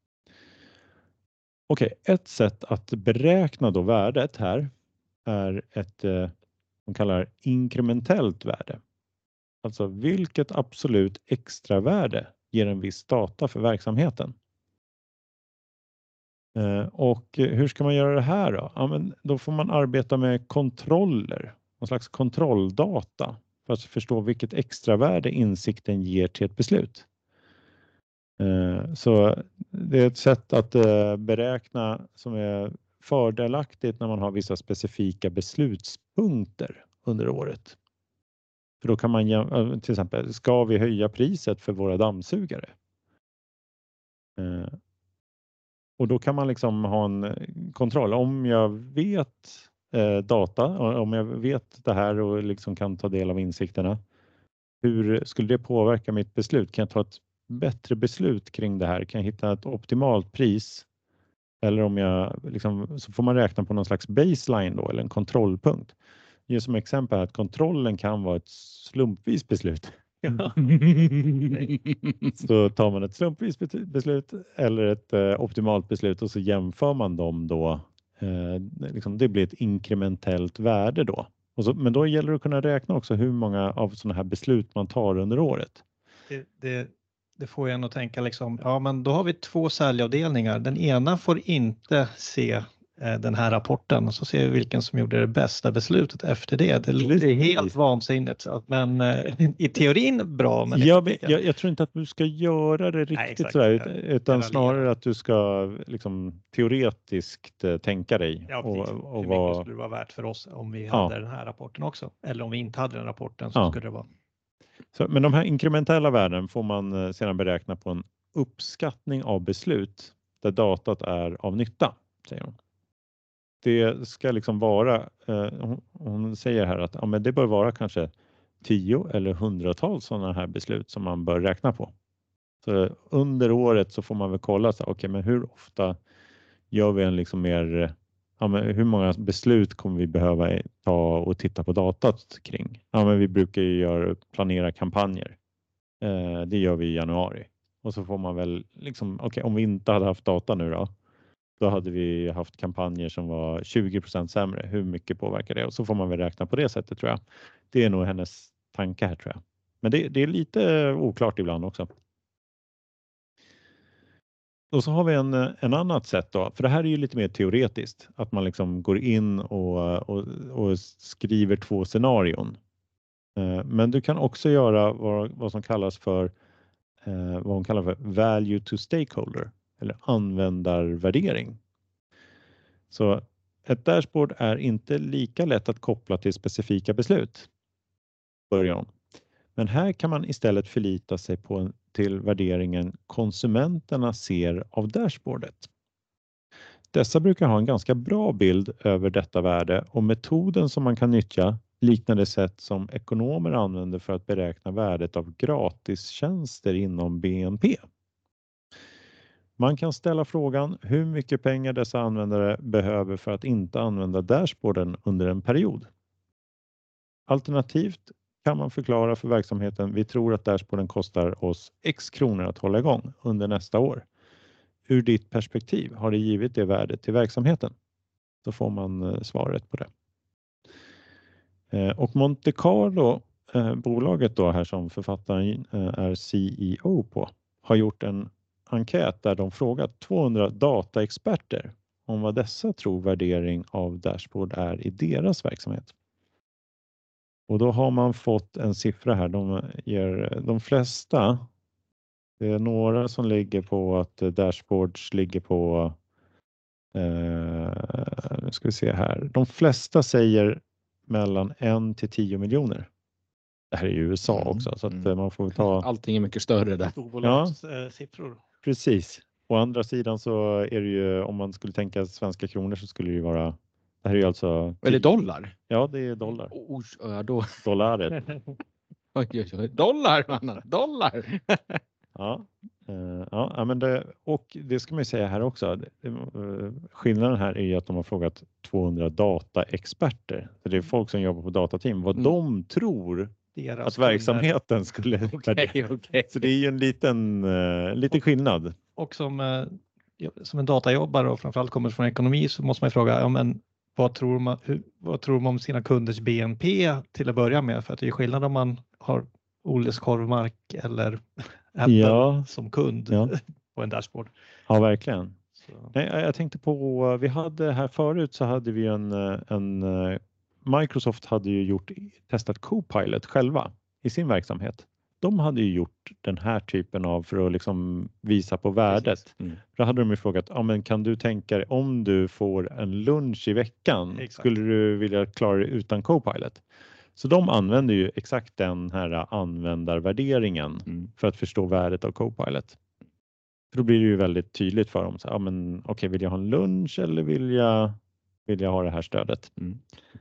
Okej, ett sätt att beräkna då värdet här är ett eh, man kallar inkrementellt värde. Alltså vilket absolut extra värde ger en viss data för verksamheten. Eh, och hur ska man göra det här då? Ja, men då får man arbeta med kontroller, någon slags kontrolldata för att förstå vilket extra värde insikten ger till ett beslut. Eh, så det är ett sätt att eh, beräkna som är fördelaktigt när man har vissa specifika beslutspunkter under året. För då kan man till exempel, ska vi höja priset för våra dammsugare? Eh, och då kan man liksom ha en kontroll. Om jag vet eh, data, om jag vet det här och liksom kan ta del av insikterna. Hur skulle det påverka mitt beslut? Kan jag ta ett bättre beslut kring det här? Kan jag hitta ett optimalt pris? Eller om jag liksom, så får man räkna på någon slags baseline då, eller en kontrollpunkt. Ge som exempel att kontrollen kan vara ett slumpvis beslut. Ja. Så tar man ett slumpvis beslut eller ett eh, optimalt beslut och så jämför man dem då. Eh, liksom det blir ett inkrementellt värde då. Och så, men då gäller det att kunna räkna också hur många av sådana här beslut man tar under året. Det, det, det får jag nog tänka liksom, ja men då har vi två säljavdelningar. Den ena får inte se den här rapporten och så ser vi vilken som gjorde det bästa beslutet efter det. Det låter helt vansinnigt. Men i teorin bra. Men ja, men jag, jag tror inte att du ska göra det riktigt Nej, sådär, utan, utan snarare att du ska liksom, teoretiskt tänka dig. Ja, och, och och hur vad... mycket skulle det vara värt för oss om vi ja. hade den här rapporten också? Eller om vi inte hade den rapporten så ja. skulle det vara. Så, men de här inkrementella värden får man sedan beräkna på en uppskattning av beslut där datat är av nytta, säger hon. Det ska liksom vara, eh, hon säger här att ja, men det bör vara kanske tio eller hundratals sådana här beslut som man bör räkna på. Så under året så får man väl kolla så okej, okay, men hur ofta gör vi en liksom mer, ja, men hur många beslut kommer vi behöva ta och titta på datat kring? Ja, men vi brukar ju göra, planera kampanjer. Eh, det gör vi i januari. Och så får man väl liksom, okej, okay, om vi inte hade haft data nu då, då hade vi haft kampanjer som var tjugo procent sämre. Hur mycket påverkar det? Och så får man väl räkna på det sättet, tror jag. Det är nog hennes tanke här, tror jag. Men det, det är lite oklart ibland också. Och så har vi en, en annat sätt då, för det här är ju lite mer teoretiskt, att man liksom går in och, och, och skriver två scenarion. Men du kan också göra vad, vad som kallas för vad hon kallar för value to stakeholder eller användarvärdering. Så ett dashboard är inte lika lätt att koppla till specifika beslut. Början. Men här kan man istället förlita sig på en, till värderingen konsumenterna ser av dashboardet. Dessa brukar ha en ganska bra bild över detta värde och metoden som man kan nyttja liknar det sätt som ekonomer använder för att beräkna värdet av gratistjänster inom B N P. Man kan ställa frågan hur mycket pengar dessa användare behöver för att inte använda dashboarden under en period. Alternativt kan man förklara för verksamheten vi tror att dashboarden kostar oss x kronor att hålla igång under nästa år. Ur ditt perspektiv har det givit det värdet till verksamheten. Då får man svaret på det. Och Monte Carlo, bolaget då här som författaren är C E O på, har gjort en enkät där de frågat tvåhundra dataexperter om vad dessa tror värdering av dashboard är i deras verksamhet. Och då har man fått en siffra här. De ger de flesta, det är några som ligger på att dashboards ligger på, eh, nu ska vi se här. De flesta säger mellan en till tio miljoner. Det här är ju U S A Mm, också så att mm. man får ta. Allting är mycket större där. Storbolagssiffror. Precis. Å andra sidan så är det ju, om man skulle tänka svenska kronor så skulle det ju vara, det här är ju alltså. Är det dollar? Ja, det är dollar. Oh, ja, då. Dollaret. Dollar, mannen. Dollar. Ja, uh, ja, men det, och det ska man ju säga här också. Uh, skillnaden här är ju att de har frågat tvåhundra dataexperter. Så det är folk som jobbar på datateam. Vad mm. de tror Deras att verksamheten skulle okay, okay. Så det är ju en liten, uh, liten skillnad. Och som, uh, som en datajobbare och framförallt kommer från ekonomi så måste man ju fråga, ja, men vad tror man, hur, vad tror man om sina kunders B N P till att börja med? För att det är skillnad om man har Olles korvmark eller Apple ja. som kund ja. på en dashboard. Ja, verkligen. Så. Nej, jag tänkte på, vi hade här förut så hade vi en, en Microsoft hade ju gjort, testat Copilot själva i sin verksamhet. De hade ju gjort den här typen av för att liksom visa på värdet. Mm. Då hade de ju frågat, ja, men kan du tänka dig om du får en lunch i veckan, exakt. Skulle du vilja klara det utan Copilot? Så de använder ju exakt den här användarvärderingen mm. för att förstå värdet av Copilot. För då blir det ju väldigt tydligt för dem. Så, ja, men, okej, vill jag ha en lunch eller vill jag, vill jag ha det här stödet? Mm.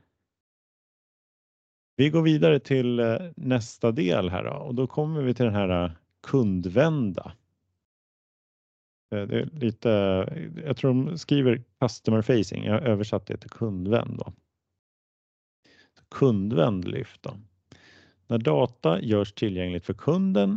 Vi går vidare till nästa del här då, och då kommer vi till den här kundvända. Det är lite, jag tror de skriver customer facing, jag har översatt det till kundvänd då. Kundvänd lyft då. När data görs tillgängligt för kunden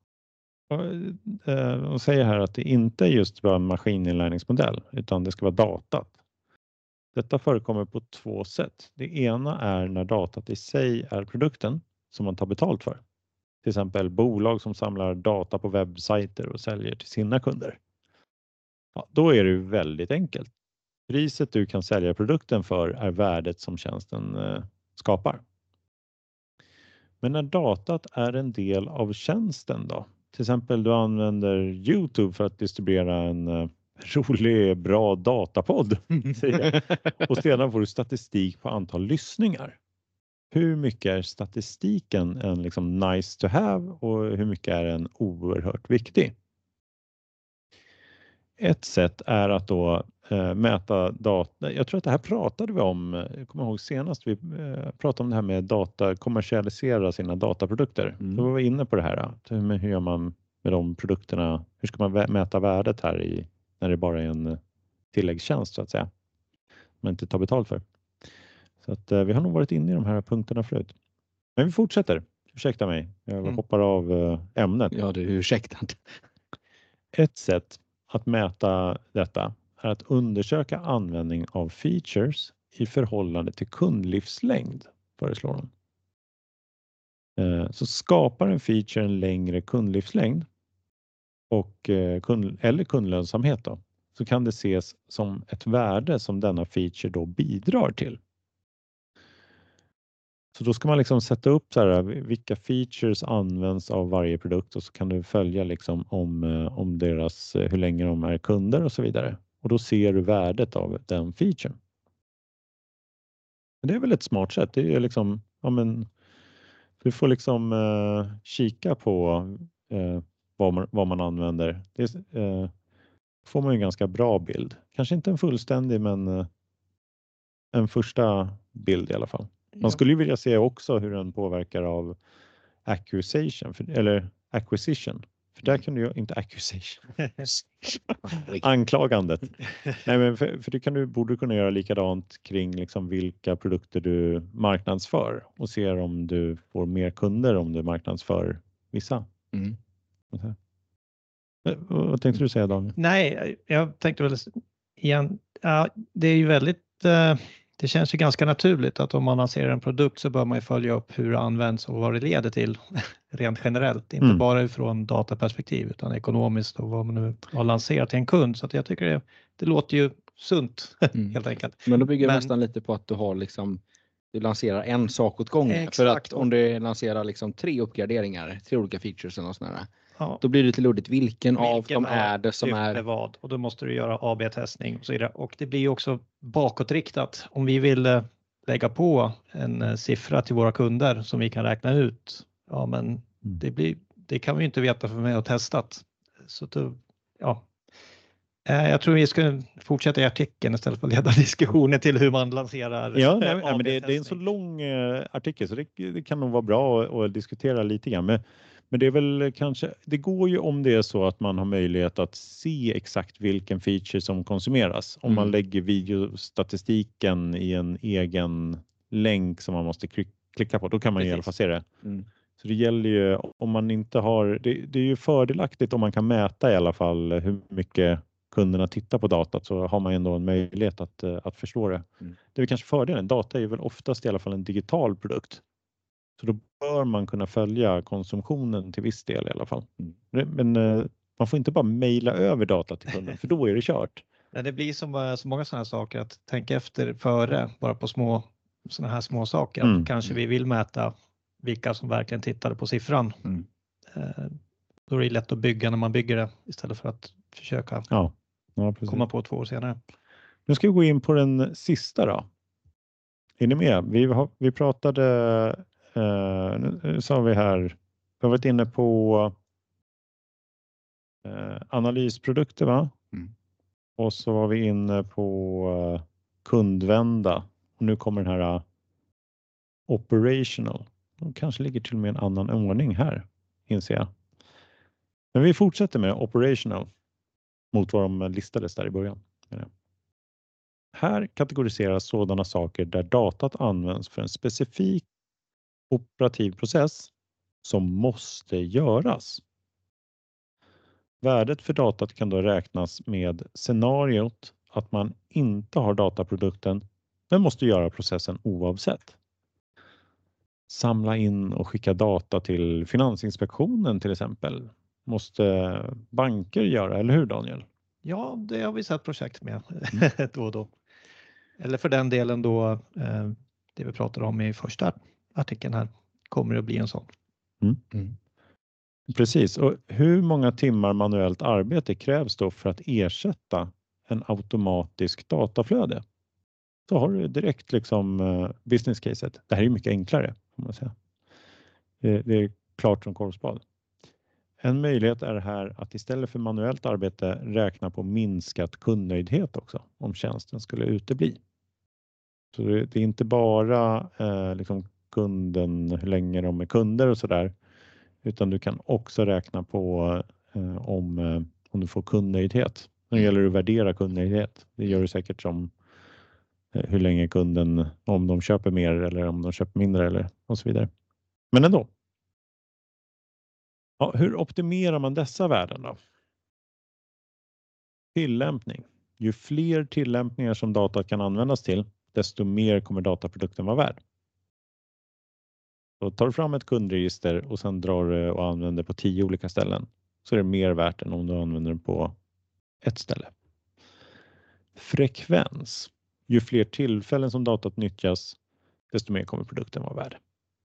och säger här att det inte är just bara en maskininlärningsmodell utan det ska vara datat. Detta förekommer på två sätt. Det ena är när datat i sig är produkten som man tar betalt för. Till exempel bolag som samlar data på webbsajter och säljer till sina kunder. Ja, då är det väldigt enkelt. Priset du kan sälja produkten för är värdet som tjänsten eh, skapar. Men när datat är en del av tjänsten då? Till exempel du använder YouTube för att distribuera en eh, rolig, bra datapodd. Och sedan får du statistik på antal lyssningar. Hur mycket är statistiken en liksom nice to have och hur mycket är den oerhört viktig? Ett sätt är att då äh, mäta data. Jag tror att det här pratade vi om, jag kommer ihåg senast vi äh, pratade om det här med data, kommersialisera sina dataprodukter. Mm. Då var vi inne på det här. Hur, hur gör man med de produkterna? Hur ska man mäta värdet här i, när det bara är en tilläggstjänst så att säga? Man inte tar betalt för. Så att äh, vi har nog varit inne i de här punkterna förut. Men vi fortsätter. Ursäkta mig, jag mm. hoppar av äh, ämnet. Ja, du är ursäktad. Ett sätt att mäta detta är att undersöka användning av features i förhållande till kundlivslängd, föreslår de. Så skapar en feature en längre kundlivslängd och kund, eller kundlönsamhet då, så kan det ses som ett värde som denna feature då bidrar till. Så då ska man liksom sätta upp så här, vilka features används av varje produkt och så kan du följa liksom om, om deras, hur länge de är kunder och så vidare. Och då ser du värdet av den featuren. Det är väl ett smart sätt. Det är liksom, ja men, du får liksom uh, kika på uh, vad, man, vad man använder. Det uh, får man en ganska bra bild. Kanske inte en fullständig men uh, en första bild i alla fall. Man skulle ju vilja se också hur den påverkar av acquisition för, eller acquisition. För där kan du ju inte accusation. Anklagandet. Nej, men för, för det kan du borde kunna göra likadant kring liksom vilka produkter du marknadsför och ser om du får mer kunder om du marknadsför vissa. Mm. Vad tänkte du säga, Daniel? Nej, jag tänkte väl igen. Ja, det är ju väldigt uh... Det känns ju ganska naturligt att om man lanserar en produkt så bör man ju följa upp hur det används och vad det leder till rent generellt. Inte Mm. bara utifrån dataperspektiv utan ekonomiskt och vad man nu har lanserat till en kund. Så att jag tycker det, det låter ju sunt Mm. helt enkelt. Men då bygger Men, det nästan lite på att du har liksom, du lanserar en sak åt gången. Exakt. För att om du lanserar liksom tre uppgraderingar, tre olika features eller något sånt där, ja. Då blir det till luddigt vilken, vilken av dem är det som är... vad. Och då måste du göra A B-testning och så vidare. Och det blir ju också bakåtriktat. Om vi vill eh, lägga på en eh, siffra till våra kunder som vi kan räkna ut. Ja, men mm. det, blir, det kan vi ju inte veta för mig att testat. Så då, ja. Eh, jag tror vi ska fortsätta i artikeln istället för att leda diskussioner till hur man lanserar. Ja, nej, nej, men det, det är en så lång eh, artikel så det, det kan nog vara bra att, att diskutera lite grann. Men, men det är väl kanske, det går ju om det är så att man har möjlighet att se exakt vilken feature som konsumeras. Om mm. man lägger videostatistiken i en egen länk som man måste klicka på, då kan man Precis. i alla fall se det. Mm. Så det gäller ju om man inte har, det, det är ju fördelaktigt om man kan mäta i alla fall hur mycket kunderna tittar på datat, så har man ändå en möjlighet att, att förstå det. Mm. Det är kanske fördelen. Data är ju väl oftast i alla fall en digital produkt. Så då bör man kunna följa konsumtionen till viss del i alla fall. Mm. Men eh, man får inte bara mejla över data till kunden för då är det kört. Nej, det blir som så många sådana saker att tänka efter före bara på små sådana här små saker. Mm. Att kanske vi vill mäta vilka som verkligen tittade på siffran. Mm. Eh, då är det lätt att bygga när man bygger det istället för att försöka ja. Ja, komma på två år senare. Nu ska vi gå in på den sista då. Är ni med? Vi, har, vi pratade, eh, nu sa vi här, vi har varit inne på eh, analysprodukter va? Mm. Och så var vi inne på eh, kundvända. Och nu kommer den här uh, operational. De kanske ligger till och med en annan ordning här, inser jag. Men vi fortsätter med operational. Mot vad de listades där i början. Här kategoriseras sådana saker där datat används för en specifik operativ process som måste göras. Värdet för datat kan då räknas med scenariot att man inte har dataprodukten men måste göra processen oavsett. Samla in och skicka data till Finansinspektionen till exempel. Måste banker göra, eller hur Daniel? Ja, det har vi sett projekt med mm. då och då. Eller för den delen då eh, det vi pratade om i första artikeln här kommer det att bli en sån. Mm. Mm. Precis, och hur många timmar manuellt arbete krävs då för att ersätta en automatisk dataflöde? Så har du direkt liksom uh, business caset. Det här är mycket enklare kan man säga. Det, det är klart som korvspad. En möjlighet är här att istället för manuellt arbete räkna på minskat kundnöjdhet också om tjänsten skulle utebli. Så det, det är inte bara eh, liksom kunden, hur länge de är kunder och sådär, utan du kan också räkna på eh, om, eh, om du får kundnöjdhet. Nu gäller det att värdera kundnöjdhet. Det gör du säkert som eh, hur länge kunden, om de köper mer eller om de köper mindre eller och så vidare. Men ändå. Ja, hur optimerar man dessa värden då? Tillämpning. Ju fler tillämpningar som data kan användas till, desto mer kommer dataprodukten vara värd. Så tar du fram ett kundregister och sen drar du och använder på tio olika ställen, så är det mer värt än om du använder den på ett ställe. Frekvens. Ju fler tillfällen som datat nyttjas, desto mer kommer produkten vara värd.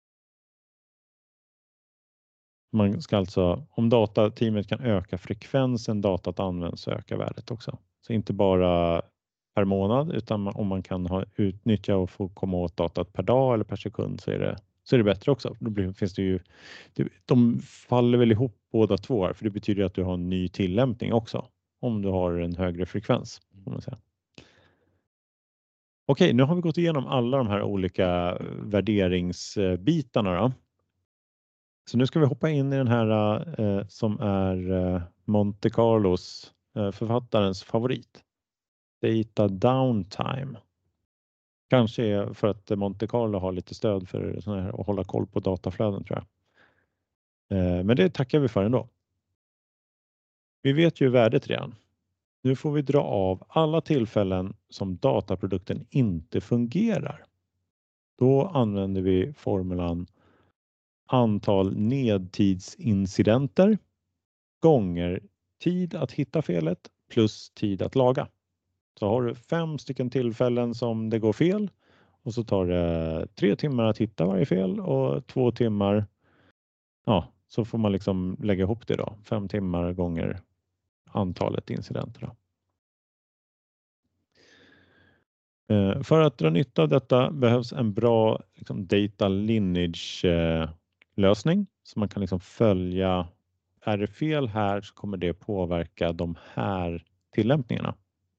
Man ska alltså, om datateamet kan öka frekvensen datat används, så ökar värdet också. Så inte bara per månad, utan om man kan ha, utnyttja och få komma åt datat per dag eller per sekund, så är det, så är det bättre också. Då blir, finns det ju, de faller väl ihop båda två här, för det betyder att du har en ny tillämpning också, om du har en högre frekvens. Kan man säga. Okej, nu har vi gått igenom alla de här olika värderingsbitarna då. Så nu ska vi hoppa in i den här eh, som är eh, Monte Carlos eh, författarens favorit. Data downtime. Kanske är för att Monte Carlo har lite stöd för sån här, att hålla koll på dataflöden, tror jag. Eh, men det tackar vi för ändå. Vi vet ju värdet redan. Nu får vi dra av alla tillfällen som dataprodukten inte fungerar. Då använder vi formulan antal nedtidsincidenter gånger tid att hitta felet plus tid att laga. Så har du fem stycken tillfällen som det går fel, och så tar det tre timmar att hitta varje fel och två timmar, ja, så får man liksom lägga ihop det då. Fem timmar gånger antalet incidenter då. För att dra nytta av detta behövs en bra liksom, data lineage lösning, så man kan liksom följa, är det fel här så kommer det påverka de här tillämpningarna.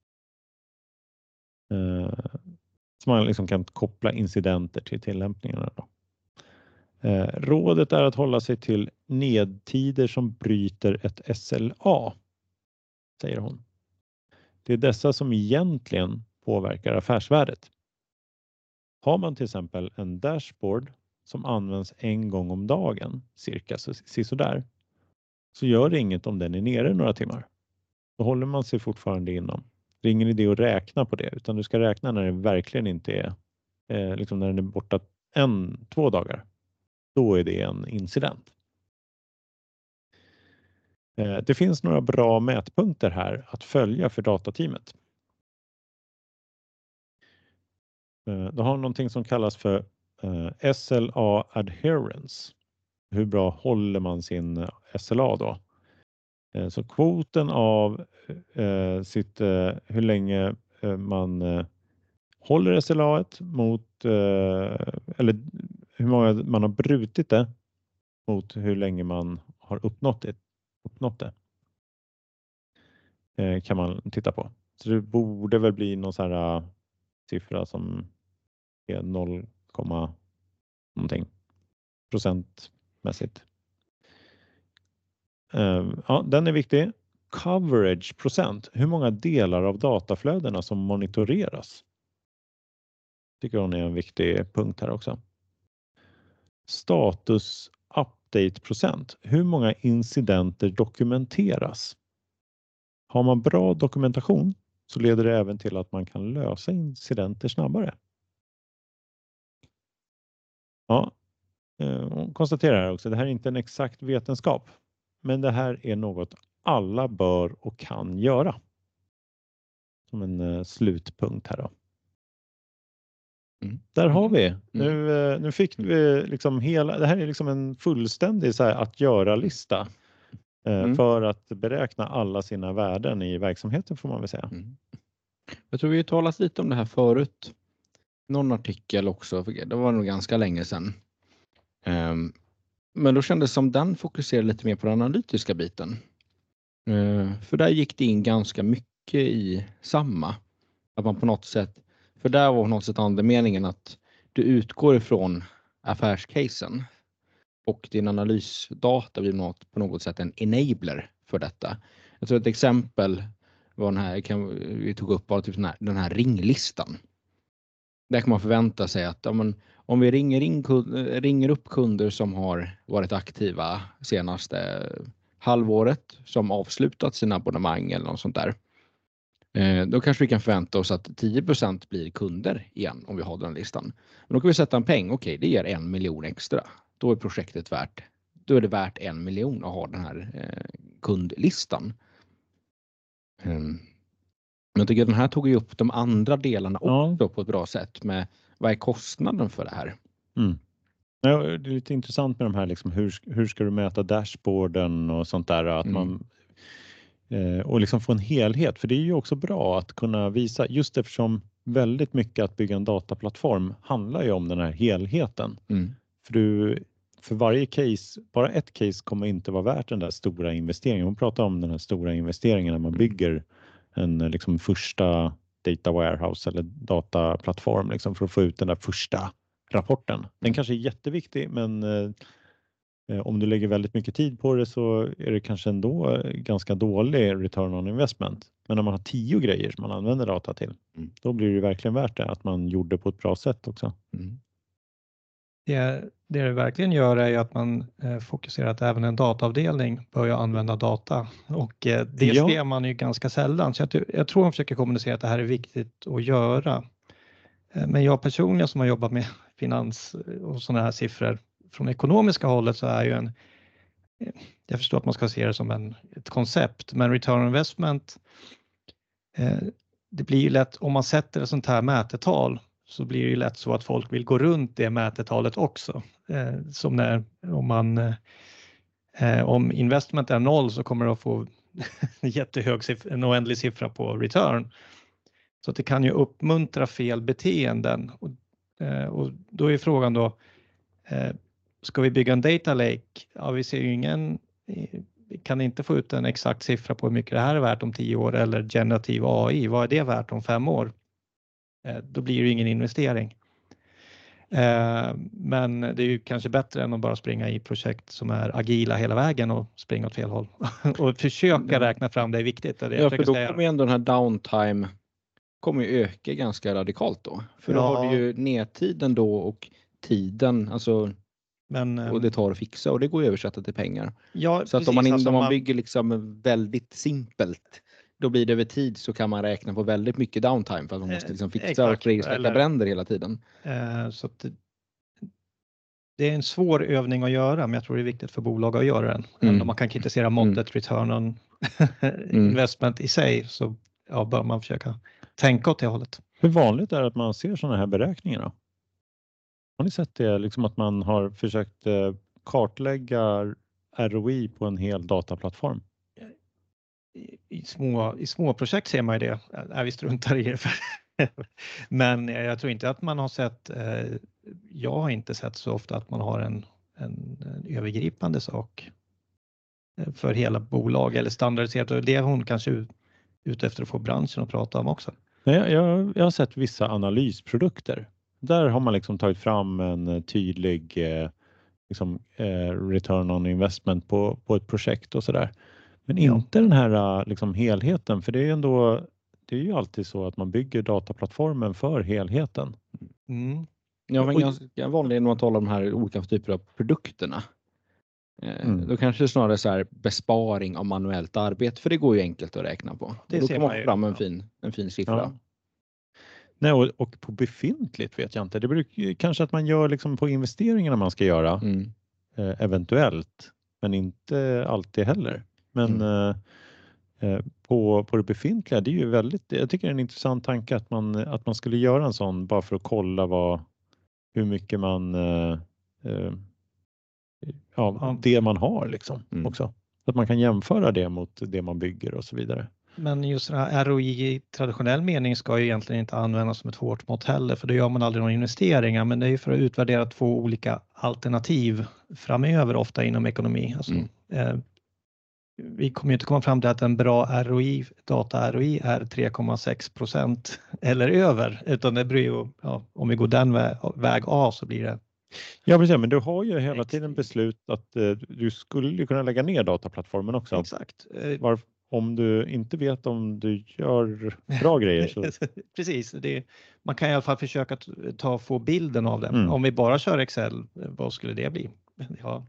Så man liksom kan koppla incidenter till tillämpningarna då. Rådet är att hålla sig till nedtider som bryter ett S L A, säger hon. Det är dessa som egentligen påverkar affärsvärdet. Har man till exempel en dashboard som används en gång om dagen, cirka sådär, så gör det inget om den är nere några timmar. Då håller man sig fortfarande inom. Det är ingen idé att räkna på det, utan du ska räkna när det verkligen inte är, eh, liksom när den är borta en, två dagar. Då är det en incident. Eh, det finns några bra mätpunkter här att följa för datateamet. Du har någonting som kallas för S L A adherence. Hur bra håller man sin S L A då? Så kvoten av sitt, hur länge man håller S L A mot, eller hur många man har brutit det mot hur länge man har uppnått det. Uppnått det. Kan man titta på. Så det borde väl bli någon sån här siffra som är noll, någonting procentmässigt. Ja, den är viktig. Coverage procent. Hur många delar av dataflödena som monitoreras? Tycker hon är en viktig punkt här också. Status update procent. Hur många incidenter dokumenteras? Har man bra dokumentation så leder det även till att man kan lösa incidenter snabbare. Ja, hon konstaterar här också att det här är inte en exakt vetenskap, men det här är något alla bör och kan göra. Som en uh, slutpunkt här då. Mm. Där har vi. Mm. Nu, uh, nu fick vi liksom hela, det här är liksom en fullständig så här, att göra-lista uh, mm. för att beräkna alla sina värden i verksamheten, får man väl säga. Mm. Jag tror vi talat lite om det här förut. Någon artikel också, det var nog ganska länge sedan. Um, men då kändes det som den fokuserade lite mer på den analytiska biten. Uh, för där gick det in ganska mycket i samma. Att man på något sätt, för där var på något sätt andemeningen att du utgår ifrån affärscasen. Och din analysdata blir något, på något sätt en enabler för detta. Jag tror ett exempel var den här, kan, vi tog upp var typ den här, den här ringlistan. Där kan man förvänta sig att ja, men, om vi ringer, in, ringer upp kunder som har varit aktiva senaste halvåret, som avslutat sina abonnemang eller något sånt där. Eh, då kanske vi kan förvänta oss att tio procent blir kunder igen om vi har den listan. Men då kan vi sätta en peng, okej det ger en miljon extra. Då är projektet värt, då är det värt en miljon att ha den här eh, kundlistan. Um, jag tycker att den här tog ju upp de andra delarna också ja. på ett bra sätt med vad är kostnaden för det här. Mm. Ja, det är lite intressant med de här liksom, hur, hur ska du mäta dashboarden och sånt där att mm. man eh, och liksom få en helhet, för det är ju också bra att kunna visa, just eftersom väldigt mycket att bygga en dataplattform handlar ju om den här helheten. Mm. För du för varje case, bara ett case kommer inte vara värt den där stora investeringen. Hon pratar om den här stora investeringen när man bygger en liksom första data warehouse eller dataplattform liksom, för att få ut den där första rapporten. Den kanske är jätteviktig, men eh, om du lägger väldigt mycket tid på det så är det kanske ändå ganska dålig return on investment. Men när man har tio grejer som man använder data till, mm. då blir det verkligen värt det att man gjorde på ett bra sätt också. Mm. Det, det det verkligen gör är att man eh, fokuserar att även en dataavdelning börjar använda data. Och eh, det ja. ser man ju ganska sällan. Så jag, jag tror man försöker kommunicera att det här är viktigt att göra. Eh, men jag personligen som har jobbat med finans och sådana här siffror från ekonomiska hållet så är ju en... Eh, jag förstår att man ska se det som en, ett koncept. Men return on investment, eh, det blir ju lätt om man sätter ett sånt här mätetal, så blir det ju lätt så att folk vill gå runt det mätetalet också. Eh, som när om man eh, om investment är noll så kommer det att få en jättehög siffra, en oändlig siffra på return. Så att det kan ju uppmuntra fel beteenden. Och, eh, och då är frågan då, eh, ska vi bygga en data lake? Ja, vi ser ju ingen, vi kan inte få ut en exakt siffra på hur mycket det här är värt om tio år, eller generativ A I, vad är det värt om fem år? Då blir det ingen investering. Men det är ju kanske bättre än att bara springa i projekt som är agila hela vägen och springa åt fel håll. Och försöka räkna fram det är viktigt. Det ja, för då kommer ändå den här downtime kommer ju öka ganska radikalt då. För då ja. har du ju nedtiden då och tiden, alltså men, och det tar att fixa och det går att översätta till pengar. Ja, så precis, att om man, in, alltså om man bygger liksom väldigt simpelt, då blir det över tid så kan man räkna på väldigt mycket downtime för att man måste liksom fixa Exakt, och släcka bränder hela tiden. Eh, så att det, det är en svår övning att göra, men jag tror det är viktigt för bolag att göra den. Mm. Även om man kan kritisera måttet mm. return on investment i sig, så ja, bör man försöka tänka åt det hållet. Hur vanligt är det att man ser sådana här beräkningar då? Har ni sett det, liksom att man har försökt kartlägga R O I på en hel dataplattform? I, i, små, I små projekt ser man ju det. Äh, vi struntar i det. Men jag tror inte att man har sett, eh, jag har inte sett så ofta att man har en, en, en övergripande sak för hela bolag eller standardiserat. Och det är hon kanske ut, ute efter att få branschen att prata om också. Jag, jag, jag har sett vissa analysprodukter. Där har man liksom tagit fram en tydlig eh, liksom, eh, return on investment på, på ett projekt och sådär. Men ja. inte den här liksom, helheten, för det är ändå, det är ju alltid så att man bygger dataplattformen för helheten. Mm. Ja, men ganska vanligt när man talar om de här olika typer av produkterna. Eh, mm. Då kanske det är snarare så här besparing av manuellt arbete, för det går ju enkelt att räkna på. Det då kan man få fram en fin, en fin siffra. Ja. Nej, och, och på befintligt vet jag inte. Det brukar kanske att man gör liksom på investeringarna man ska göra mm. eh, eventuellt, men inte alltid heller. Men mm. eh, på, på det befintliga, det är ju väldigt, jag tycker det är en intressant tanke att man, att man skulle göra en sån bara för att kolla vad, hur mycket man eh, eh, ja, ja. det man har liksom mm. också. Så att man kan jämföra det mot det man bygger och så vidare. Men just den här R O I i traditionell mening ska ju egentligen inte användas som ett hårt mått heller, för då gör man aldrig några investeringar, men det är ju för att utvärdera två olika alternativ framöver ofta inom ekonomi. Alltså, mm. eh, vi kommer ju inte komma fram till att en bra R O I, data-R O I är tre komma sex procent eller över, utan det blir ju, ja, om vi går den väg, väg A så blir det. Ja, precis, men du har ju hela tiden beslut att eh, du skulle kunna lägga ner dataplattformen också. Exakt. Var, om du inte vet om du gör bra grejer så... Precis, det, man kan i alla fall försöka ta få bilden av det. Mm. Om vi bara kör Excel, vad skulle det bli? Ja,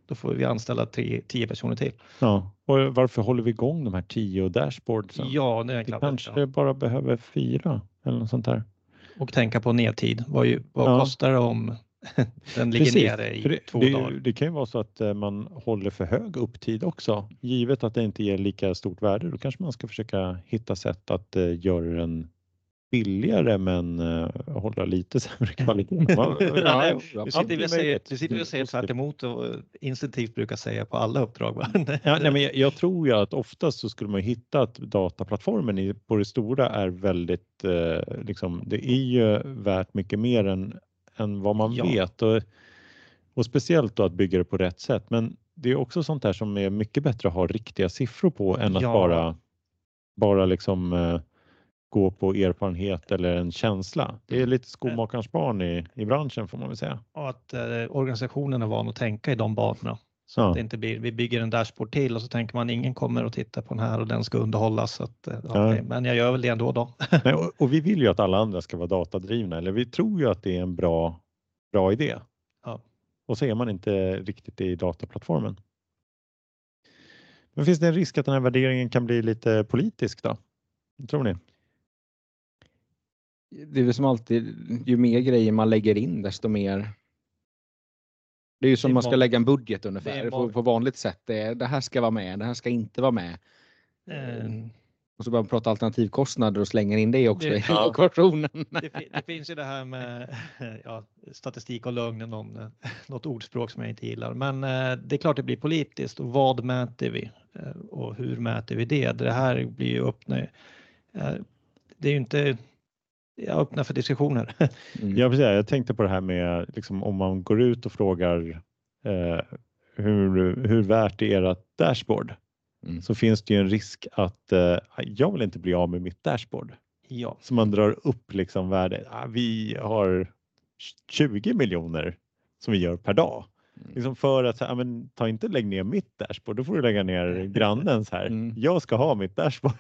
då får vi anställa tre, tio personer till. Ja, och varför håller vi igång de här tio dashboardsen? Ja, det är Vi klart. kanske bara behöver fyra eller något sånt där. Och tänka på nedtid. Vad, ju, vad Ja. kostar det om den ligger Precis, nere i för det, två det, dagar? det kan ju vara så att eh, man håller för hög upptid också. Givet att det inte ger lika stort värde, då kanske man ska försöka hitta sätt att eh, göra den billigare men eh, hålla lite sämre kvalitet. Ja, nej, ja, du sitter vi och säger, möjligt. du sitter vi och säger tvärt emot och instinktivt brukar säga på alla uppdrag. Va? Ja, nej, men jag, jag tror ju att oftast så skulle man hitta att dataplattformen i, på det stora är väldigt, eh, liksom, det är ju värt mycket mer än, än vad man Ja. vet. Och, och speciellt då att bygga det på rätt sätt. Men det är också sånt där som är mycket bättre att ha riktiga siffror på än att Ja. bara, bara liksom eh, gå på erfarenhet eller en känsla. Det är lite skomakarens barn i, i branschen får man väl säga. Och att eh, organisationen är van att tänka i de banorna. Så Ja. att det inte blir, vi bygger en dashboard till och så tänker man ingen kommer att titta på den här och den ska underhållas. Så att, eh, Ja. okej, men jag gör väl det ändå då. Nej, och, och vi vill ju att alla andra ska vara datadrivna. Eller vi tror ju att det är en bra, bra idé. Ja. Och så är man inte riktigt i dataplattformen. Men finns det en risk att den här värderingen kan bli lite politisk då? Tror ni? Det är väl som alltid, ju mer grejer man lägger in desto mer. Det är ju som Det är man ska många- lägga en budget det ungefär. är På, många- på vanligt sätt. Det, är, det här ska vara med, det här ska inte vara med. Eh, Och så börjar man prata alternativkostnader och slänger in det också Det- i Ja. ekvationen. det, fi- det finns ju det här med ja, statistik och lögn, någon, eh, något ordspråk som jag inte gillar. Men eh, det är klart det blir politiskt. Och vad mäter vi? Eh, och hur mäter vi det? Det här blir ju öppna. Eh, det är ju inte jag öppnar för diskussioner. Mm. Ja, precis. Jag tänkte på det här med liksom, om man går ut och frågar eh, hur, hur värt är ert dashboard? Mm. Så finns det ju en risk att eh, jag vill inte bli av med mitt dashboard. Ja, Så man drar upp liksom värdet. Ah, vi har tjugo miljoner som vi gör per dag. Mm. Liksom för att ah, men, ta inte lägg ner mitt dashboard. Då får du lägga ner grannens här. Mm. Jag ska ha mitt dashboard.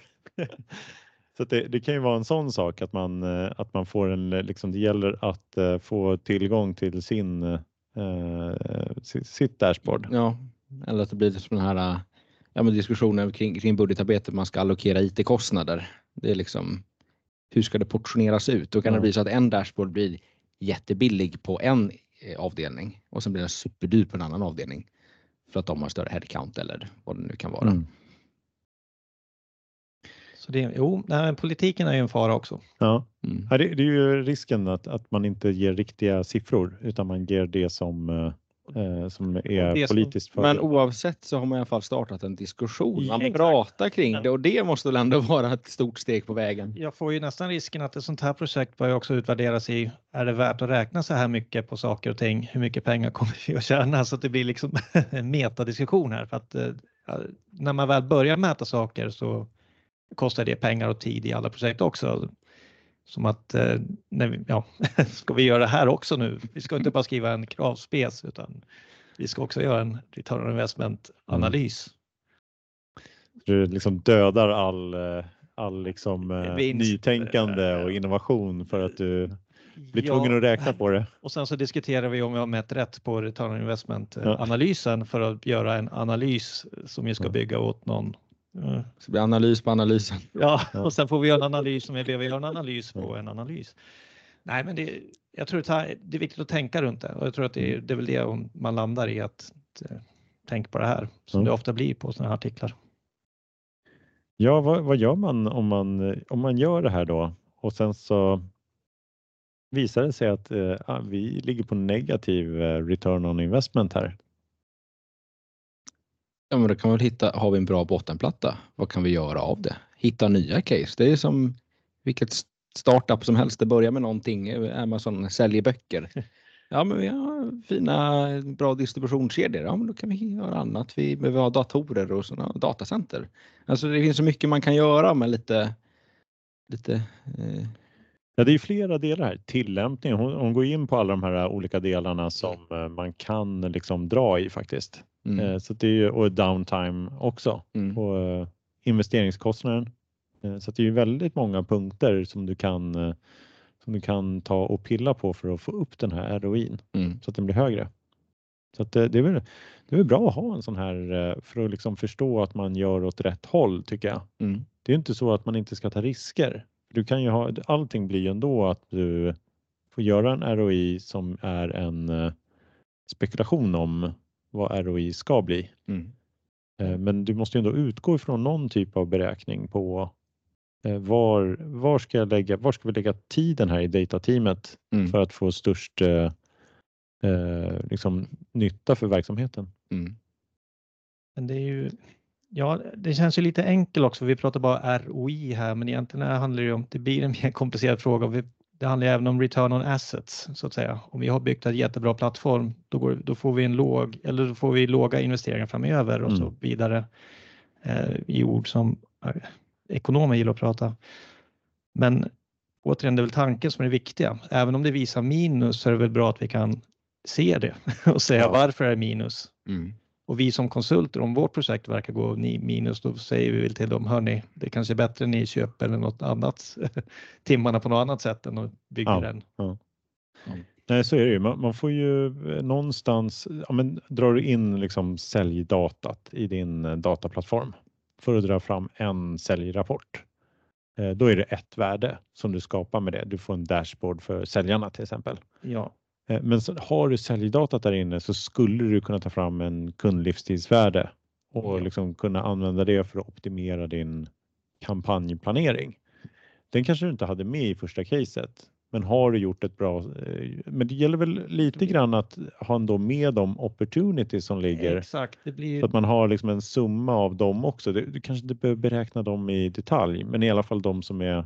Så att det, det kan ju vara en sån sak att man, eh, att man får en, liksom, det gäller att uh, få tillgång till sin, uh, sitt dashboard. Ja, eller att det blir som den här ja, men diskussionen kring, kring budgetarbete. Man ska allokera I T-kostnader. Det är liksom, hur ska det portioneras ut? Då kan Ja. det bli så att en dashboard blir jättebillig på en eh, avdelning och sen blir den superdyr på en annan avdelning. För att de har större headcount eller vad det nu kan vara. Mm. så det, jo, nej, men politiken är ju en fara också. Ja. Mm. Ja, det, det är ju risken att, att man inte ger riktiga siffror utan man ger det som, eh, som är det som- politiskt Men fördel. oavsett så har man i alla fall startat en diskussion. Man Exakt. pratar kring det och det måste väl ändå vara ett stort steg på vägen. Jag får ju nästan risken att ett sånt här projekt bör ju också utvärderas i, är det värt att räkna så här mycket på saker och ting? Hur mycket pengar kommer vi att tjäna? Så att det blir liksom en metadiskussion här. För att eh, när man väl börjar mäta saker så kostar det pengar och tid i alla projekt också. Som att, eh, när vi, ja, ska vi göra det här också nu? Vi ska inte bara skriva en kravspec utan vi ska också göra en return on investment analys. Du liksom dödar all, eh, all liksom, eh, Vinst. nytänkande och innovation för att du blir Ja. tvungen att räkna på det. Och sen så diskuterar vi om vi har mätt rätt på return on investment Ja. analysen för att göra en analys som ju ska Ja. bygga åt någon. eh, Så det blir analys på analysen. Ja, Ja. och sen får vi göra en analys som vi behöver göra en analys på Ja. en analys. Nej, men det, jag tror att det är viktigt att tänka runt det och jag tror att det är, det är väl det om man landar i att eh, tänka på det här som Ja. det ofta blir på sådana här artiklar. Ja, vad, vad gör man om, man om man gör det här då och sen så visar det sig att eh, ah, vi ligger på negativ eh, return on investment här. Ja, men då kan vi väl hitta, har vi en bra bottenplatta? Vad kan vi göra av det? Hitta nya case. Det är som vilket startup som helst. Det börjar med någonting. Amazon säljer böcker. Ja, men vi har fina, bra distributionskedjor. Ja, men då kan vi göra annat. Vi behöver ha datorer och sådana datacenter. Alltså det finns så mycket man kan göra med lite, lite eh, Ja, det är flera delar här. Tillämpningen, hon, hon går in på alla de här olika delarna som eh, man kan liksom dra i faktiskt. mm, Eh, så det är ju, och downtime också. mm. Och eh, investeringskostnaden. Eh, så det är ju väldigt många punkter som du kan eh, som du kan ta och pilla på för att få upp den här R O I:n Mm. så att den blir högre. Så att det, det, är väl, det är väl bra att ha en sån här för att liksom förstå att man gör åt rätt håll tycker jag. Mm. Det är inte så att man inte ska ta risker. Du kan ju ha, allting blir ju ändå att du får göra en R O I som är en spekulation om vad R O I ska bli. Mm. Men du måste ju ändå utgå ifrån någon typ av beräkning på var, var ska jag lägga, var ska vi lägga tiden här i datateamet Mm. för att få störst eh, liksom, nytta för verksamheten. Mm. Men det är ju, ja, det känns ju lite enkelt också. Vi pratar bara R O I här, men egentligen handlar det ju om, det blir en mer komplicerad fråga. Vi, det handlar även om return on assets så att säga. Om vi har byggt en jättebra plattform, då, går, då får vi en låg, eller då får vi låga investeringar framöver och Mm. så vidare eh, i ord som eh, ekonomer gillar att prata. Men återigen, det är väl tanken som är det viktiga. Även om det visar minus så är det väl bra att vi kan se det och säga Ja. varför är det minus. Mm. Och vi som konsulter, om vårt projekt verkar gå minus, då säger vi väl till dem, hörni, det kanske är bättre ni köper eller något annat, timmarna på något annat sätt än att bygga Ja, den. ja. Mm. Nej, så är det ju. Man, man får ju någonstans, ja, men drar du in liksom säljdatat i din dataplattform för att dra fram en säljrapport. Eh, då är det ett värde som du skapar med det. Du får en dashboard för säljarna till exempel. Ja, Eh, men så har du säljdatat där inne så skulle du kunna ta fram en kundlivstidsvärde och Ja. liksom kunna använda det för att optimera din kampanjplanering. Den kanske du inte hade med i första caset. Men har du gjort ett bra... Men det gäller väl lite grann att ha ändå med de opportunities som ligger. exakt. Det blir Så att man har liksom en summa av dem också. Du, du kanske inte behöver beräkna dem i detalj. Men i alla fall de som är,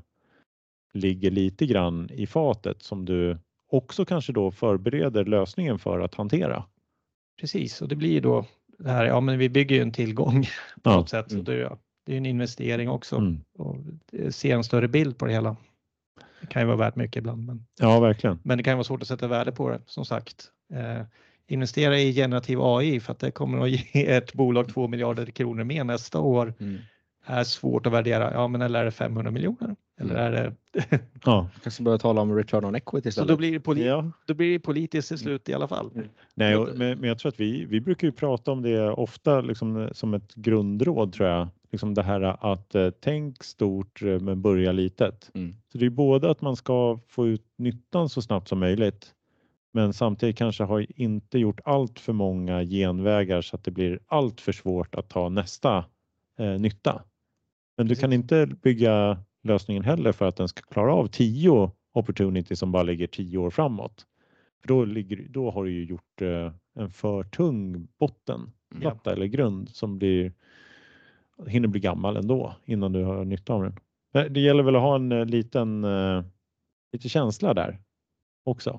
ligger lite grann i fatet. Som du också kanske då förbereder lösningen för att hantera. precis, och det blir då det här, ja men vi bygger ju en tillgång på Ja. något sätt. Så Mm. det, är, det är en investering också. Mm. Och se en större bild på det hela. Det kan ju vara värt mycket ibland. Men... Ja, verkligen. Men det kan vara svårt att sätta värde på det, som sagt. Eh, investera i generativ A I för att det kommer att ge ett bolag två miljarder kronor mer nästa år. Mm. Är svårt att värdera. Ja, men eller är det femhundra miljoner? Eller är det... Ja. Kanske börja tala om return on equity Så istället. då blir det, poli- Ja. då blir det politiskt till slut i alla fall. Nej, och, men, men jag tror att vi, vi brukar ju prata om det ofta liksom, som ett grundråd tror jag. Liksom det här att eh, tänk stort eh, men börja litet. Mm. Så det är både att man ska få ut nyttan så snabbt som möjligt. Men samtidigt kanske har inte gjort allt för många genvägar så att det blir allt för svårt att ta nästa eh, nytta. Men du Precis. kan inte bygga lösningen heller för att den ska klara av tio opportunity som bara ligger tio år framåt. För då, ligger, då har du ju gjort eh, en för tung botten, platta eller grund som blir, hinner bli gammal ändå innan du har nytta av den. Men det gäller väl att ha en eh, liten eh, lite känsla där också.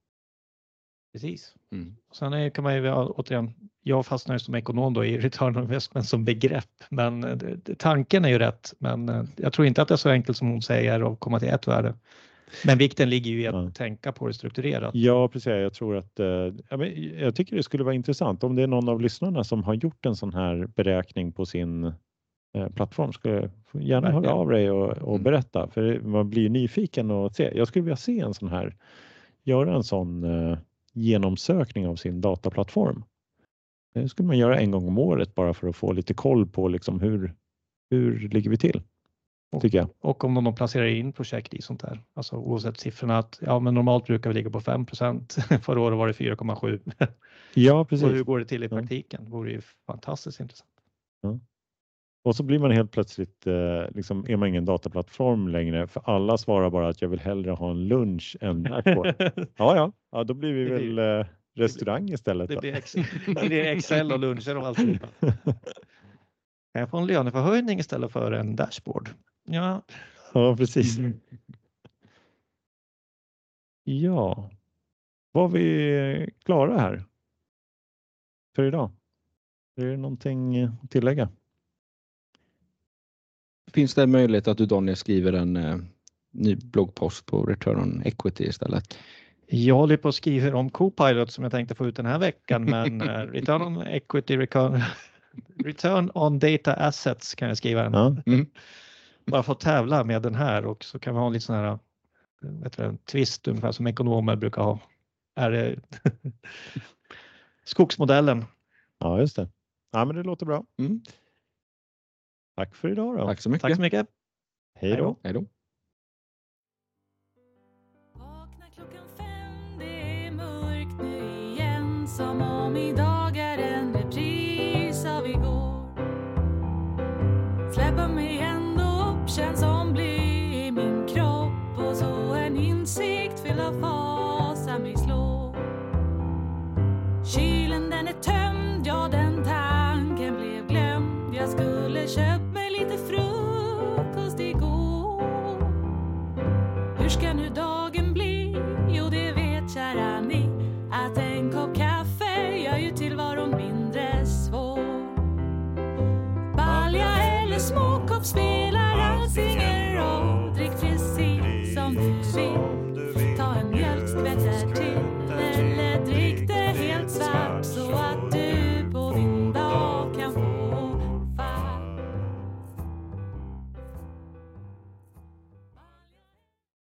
Precis. Mm. Sen är, kan man ju återigen, jag fastnar ju som ekonom då i return on investment som begrepp. Men det, det, tanken är ju rätt. Men eh, jag tror inte att det är så enkelt som hon säger att komma till ett värde. Men vikten ligger ju i att Ja. tänka på det strukturerat. Ja, precis. Jag tror att eh, ja, men jag tycker det skulle vara intressant om det är någon av lyssnarna som har gjort en sån här beräkning på sin eh, plattform. Skulle gärna Verkligen. höra av dig och, och Mm. berätta. För man blir nyfiken och se. Jag skulle vilja se en sån här, göra en sån eh, genomsökning av sin dataplattform. Det skulle man göra en gång om året bara för att få lite koll på liksom hur, hur ligger vi till. Tycker jag. Och om någon placerar in projekt i sånt här. Alltså oavsett siffrorna att ja, men normalt brukar vi ligga på fem procent. Förra året var det fyra komma sju. Ja, Och precis. hur går det till i Ja. praktiken? Det vore ju fantastiskt intressant. Och så blir man helt plötsligt, eh, liksom, är man ingen dataplattform längre. För alla svarar bara att jag vill hellre ha en lunch än dashboard. ja, ja, ja, då blir vi Det väl blir- eh, restaurang istället. Det Då. blir, Excel, det blir Excel och luncher och allt. Kan jag få en löneförhöjning istället för en dashboard? Ja, ja, precis. Ja, var vi klara här för idag? Är det någonting att tillägga? Finns det möjlighet att du Daniel skriver en eh, ny bloggpost på return on equity istället? jag håller på att skriva om Copilot som jag tänkte få ut den här veckan, men eh, return on equity, return, return on data assets kan jag skriva en. Ja, Mm. Bara få tävla med den här och så kan vi ha en lite sån här vet du, en twist ungefär som ekonomer brukar ha. Är det skogsmodellen. Ja, just det. Ja, men det låter bra. Mm. Tack för idag då. Tack så mycket. Tack så mycket. Hej då. Hej då. Vakna klockan fem, det är mörkt nu igen. Som om idag är en repris av igår. Släpper mig ändå upp, känns som bly i min kropp. Och så en insikt fyller far.